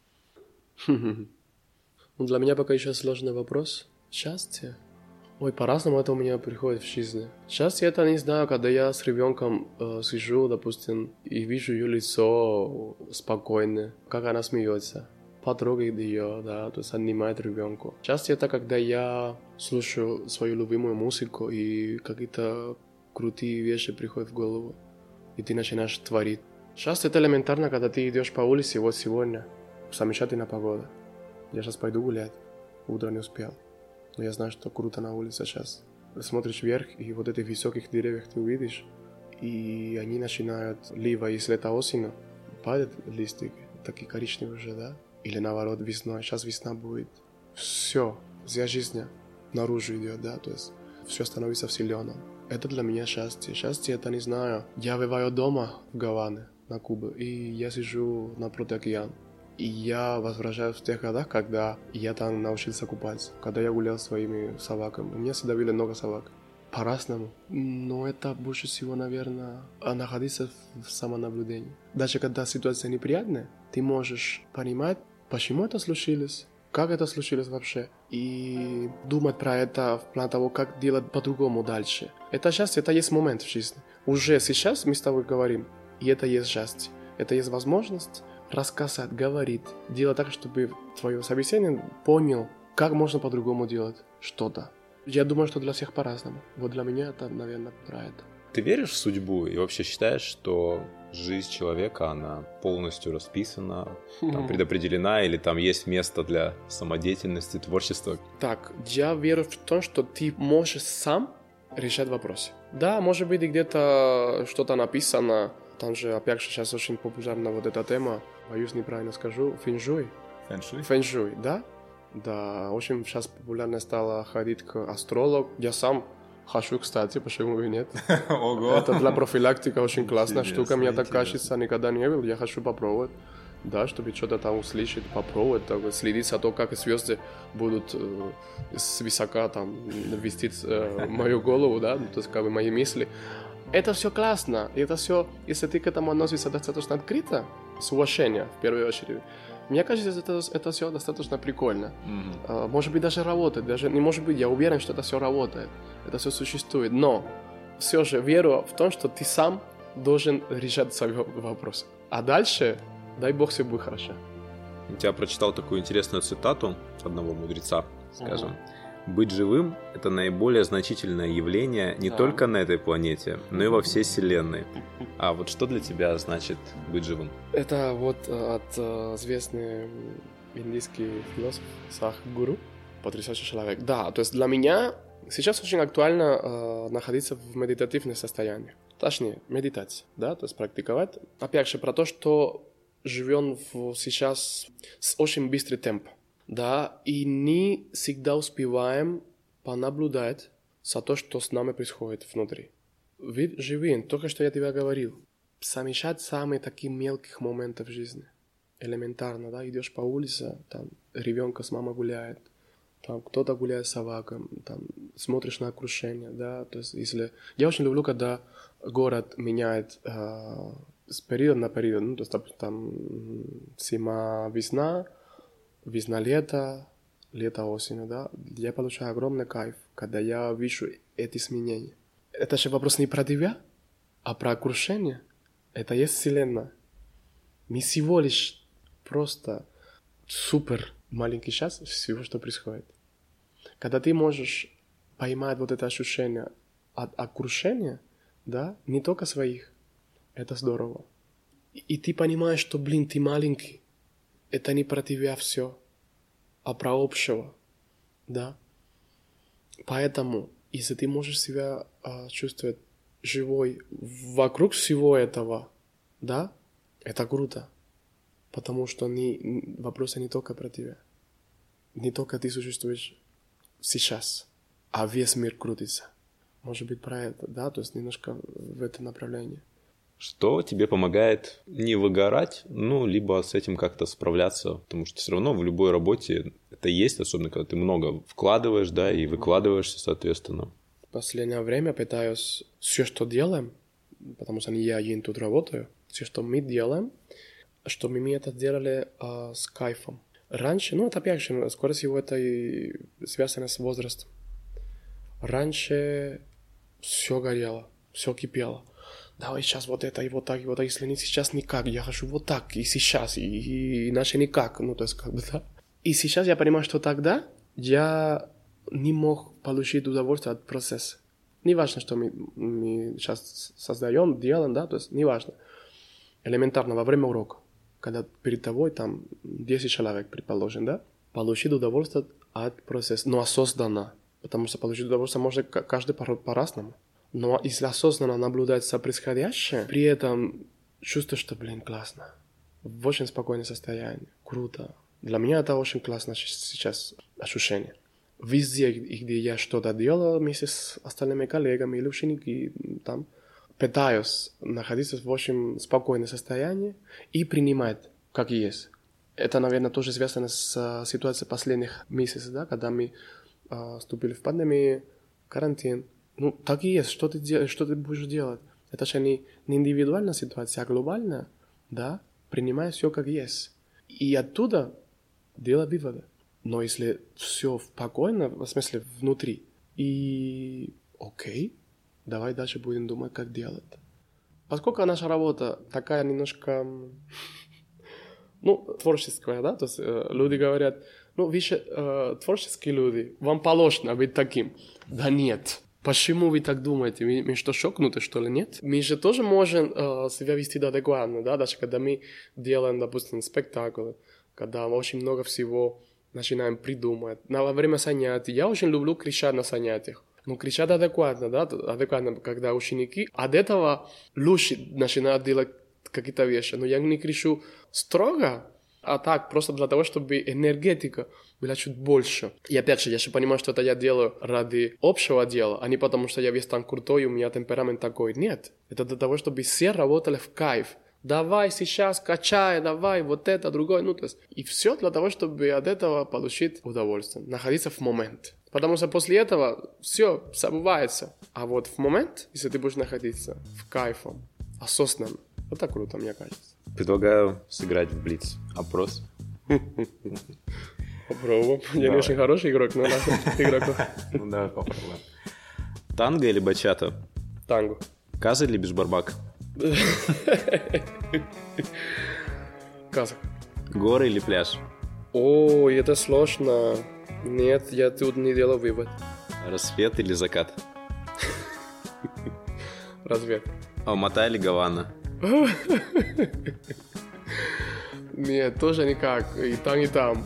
Ну, для меня пока еще сложный вопрос. Счастье? Ой, по-разному это у меня приходит в жизни. Счастье это, не знаю, когда я с ребенком э, сижу, допустим, и вижу ее лицо спокойное, как она смеется. Потрогает ее, да, то есть обнимает ребенка. Счастье это когда я слушаю свою любимую музыку и какие-то крутые вещи приходят в голову, и ты начинаешь творить. Счастье это элементарно, когда ты идешь по улице, вот сегодня замечательная погода. Я сейчас пойду гулять, утро не успел, но я знаю, что круто на улице сейчас. Смотришь вверх, и вот этих высоких деревьев ты увидишь, и они начинают, либо если это осень, падают листики, такие коричневые уже, да? Или наоборот весной, сейчас весна будет. Все, вся жизнь наружу идет, да, то есть все становится вселенным. Это для меня счастье. Счастье это, не знаю, я бываю дома в Гаване, на Кубе, и я сижу напротив океана. И я возвращаюсь в тех годах, когда я там научился купаться, когда я гулял с своими собаками. У меня всегда были много собак. По-разному. Но это больше всего, наверное, находиться в самонаблюдении. Даже когда ситуация неприятная, ты можешь понимать, почему это случилось, как это случилось вообще, и думать про это в плане того, как делать по-другому дальше. Это счастье, это есть момент в жизни. Уже сейчас мы с тобой говорим, и это есть счастье. Это есть возможность рассказать, говорить, делать так, чтобы твое собеседник понял, как можно по-другому делать что-то. Я думаю, что для всех по-разному. Вот для меня это, наверное, про это. Ты веришь в судьбу и вообще считаешь, что жизнь человека, она полностью расписана, там, предопределена, или там есть место для самодеятельности, творчества? Так, я верю в то, что ты можешь сам решать вопросы. Да, может быть, где-то что-то написано. Там же, опять же, сейчас очень популярна вот эта тема, боюсь, неправильно скажу, фэншуй. Фэншуй? Фэншуй, да? Да, очень сейчас популярно стало ходить к астрологу. Я сам хожу, кстати, почему и нет. Ого! Это для профилактики очень классная Интересно, штука. Мне так интересно. кажется, никогда не был. Я хочу попробовать. Да, чтобы что-то там услышать, попробовать, так, следить за то, как звезды будут э, свысока там вестить э, мою голову, да, то есть как бы мои мысли. Это все классно, и это все, если ты к этому относишься достаточно открыто, с уважением в первую очередь, мне кажется, это, это все достаточно прикольно. Mm-hmm. Может быть, даже работает, даже не может быть, я уверен, что это все работает, это все существует, но все же верю в том, что ты сам должен решать свои вопросы. А дальше, дай бог, все будет хорошо. Я прочитал такую интересную цитату одного мудреца, скажем. Uh-huh. Быть живым – это наиболее значительное явление не да. только на этой планете, но и во всей Вселенной. А вот что для тебя значит быть живым? Это вот от известный индийский философ Садхгуру, потрясающий человек. Да, то есть для меня сейчас очень актуально э, находиться в медитативном состоянии. Точнее, медитация, да, то есть практиковать. Опять же, про то, что живем в, сейчас с очень быстрым темпом. Да, и не всегда успеваем понаблюдать за то, что с нами происходит внутри. Вы живем, только что я тебе говорил, замечать самые такие мелких моментов в жизни. Элементарно, да, идешь по улице, там ребенка с мамой гуляет, там кто-то гуляет с собакой, там смотришь на окружение, да, то есть если... Я очень люблю, когда город меняет э, с периода на период, ну, то есть там зима, весна, весна-лето, лето-осень, да, я получаю огромный кайф, когда я вижу эти изменения. Это же вопрос не про тебя, а про окружение. Это есть Вселенная. Мы всего лишь просто супер маленький час всего, что происходит. Когда ты можешь поймать вот это ощущение от окружения, да, не только своих, это здорово. И, и ты понимаешь, что, блин, ты маленький. Это не про тебя все, а про общего, да. Поэтому, если ты можешь себя а, чувствовать живой вокруг всего этого, да, это круто. Потому что не, вопросы не только про тебя. Не только ты существуешь сейчас, а весь мир крутится. Может быть, про это, да, то есть немножко в это направление. Что тебе помогает не выгорать, ну, либо с этим как-то справляться, потому что все равно в любой работе это есть, особенно когда ты много вкладываешь, да, и выкладываешься, соответственно. В последнее время пытаюсь все, что делаем, потому что не я один тут работаю, все, что мы делаем, чтобы мы это делали а, с кайфом. Раньше, ну, это опять же, скорее всего, это и связано с возрастом. Раньше все горело, все кипело. Давай сейчас вот это и вот так, и вот так. Если не сейчас, никак. Я хочу вот так, и сейчас, и, и иначе никак. Ну, то есть, как бы, да. И сейчас я понимаю, что тогда я не мог получить удовольствие от процесса. Неважно, что мы, мы сейчас создаем, делаем, да, то есть, неважно. Элементарно, во время урока, когда перед тобой там десять человек, предположим, да, получить удовольствие от процесса, но осознанно, потому что получить удовольствие может каждый по- по-разному. Но если осознанно наблюдать за происходящее, при этом чувствуешь, что, блин, классно, в очень спокойное состояние, круто. Для меня это очень классно сейчас ощущение. Везде, где я что-то делал вместе с остальными коллегами или ученики, там, пытаюсь находиться в очень спокойном состоянии и принимать, как есть. Это, наверное, тоже связано с ситуацией последних месяцев, да, когда мы э, вступили в пандемию, карантин. Ну, так и есть. Что ты, дел- что ты будешь делать? Это же не, не индивидуальная ситуация, а глобальная, да? Принимай все как есть. И оттуда делай выводы. Но если все спокойно, в смысле внутри, и окей, давай дальше будем думать, как делать. Поскольку наша работа такая немножко, ну, творческая, да, то есть э, люди говорят, ну, вы же э, творческие люди, вам положено быть таким. Да нет. Почему вы так думаете? Мы, мы что, шокнуты, что ли? Нет? Мы же тоже можем э, себя вести адекватно, да, даже когда мы делаем, допустим, спектакль, когда очень много всего начинаем придумать. На, во время занятий. Я очень люблю кричать на занятиях. Ну, кричат адекватно, да, адекватно, когда ученики от этого лучше начинают делать какие-то вещи. Но я не кричу строго, а так, просто для того, чтобы энергетика была чуть больше. И опять же, я же понимаю, что это я делаю ради общего дела, а не потому, что я весь там крутой, у меня темперамент такой. Нет, это для того, чтобы все работали в кайф. Давай сейчас качай, давай вот это, другое. Ну, то есть, и все для того, чтобы от этого получить удовольствие, находиться в момент. Потому что после этого все забывается. А вот в момент, если ты будешь находиться в кайфом, осознанно, это круто, мне кажется. Предлагаю сыграть в блиц. Опрос. Попробуем. Я не очень хороший игрок, но надо игроков. Ну, давай попробуем. Танго или бачата? Танго. Каза или бишбарбак? Казах. Горы или пляж? Ой, это сложно. Нет, я тут не делал вывод. Рассвет или закат? Разве? Алмата или Гавана? Нет, тоже никак. И там, и там.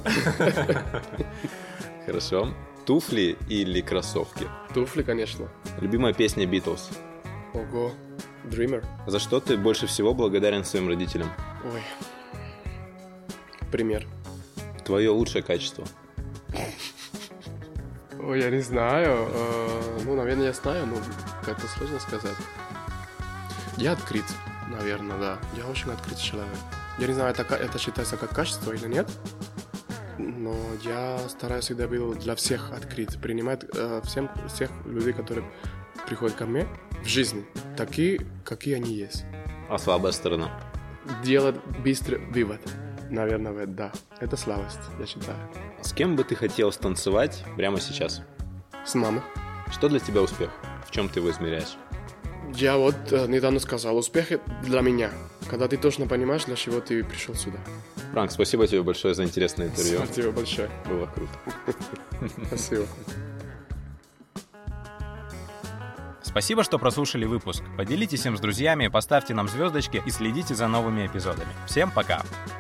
Хорошо. Туфли или кроссовки? Туфли, конечно. Любимая песня Beatles? Ого. Dreamer. За что ты больше всего благодарен своим родителям? Ой. Пример. Твое лучшее качество? Ой, я не знаю. Э, ну, наверное, я знаю, но как-то сложно сказать. Я открыт, наверное, да. Я очень открытый человек. Я не знаю, это, это считается как качество или нет, но я стараюсь всегда быть для всех открыт, принимать э, всем, всех людей, которые приходят ко мне в жизни, такие, какие они есть. А слабая сторона? Делать быстрый вывод. Наверное, да. Это слабость, я считаю. С кем бы ты хотел станцевать прямо сейчас? С мамой. Что для тебя успех? В чем ты его измеряешь? Я вот э, недавно сказал, успех для меня, когда ты точно понимаешь, для чего ты пришел сюда. Франк, спасибо тебе большое за интересное интервью. Спасибо большое. Было круто. Спасибо. Спасибо, что прослушали выпуск. Поделитесь им с друзьями, поставьте нам звездочки и следите за новыми эпизодами. Всем пока!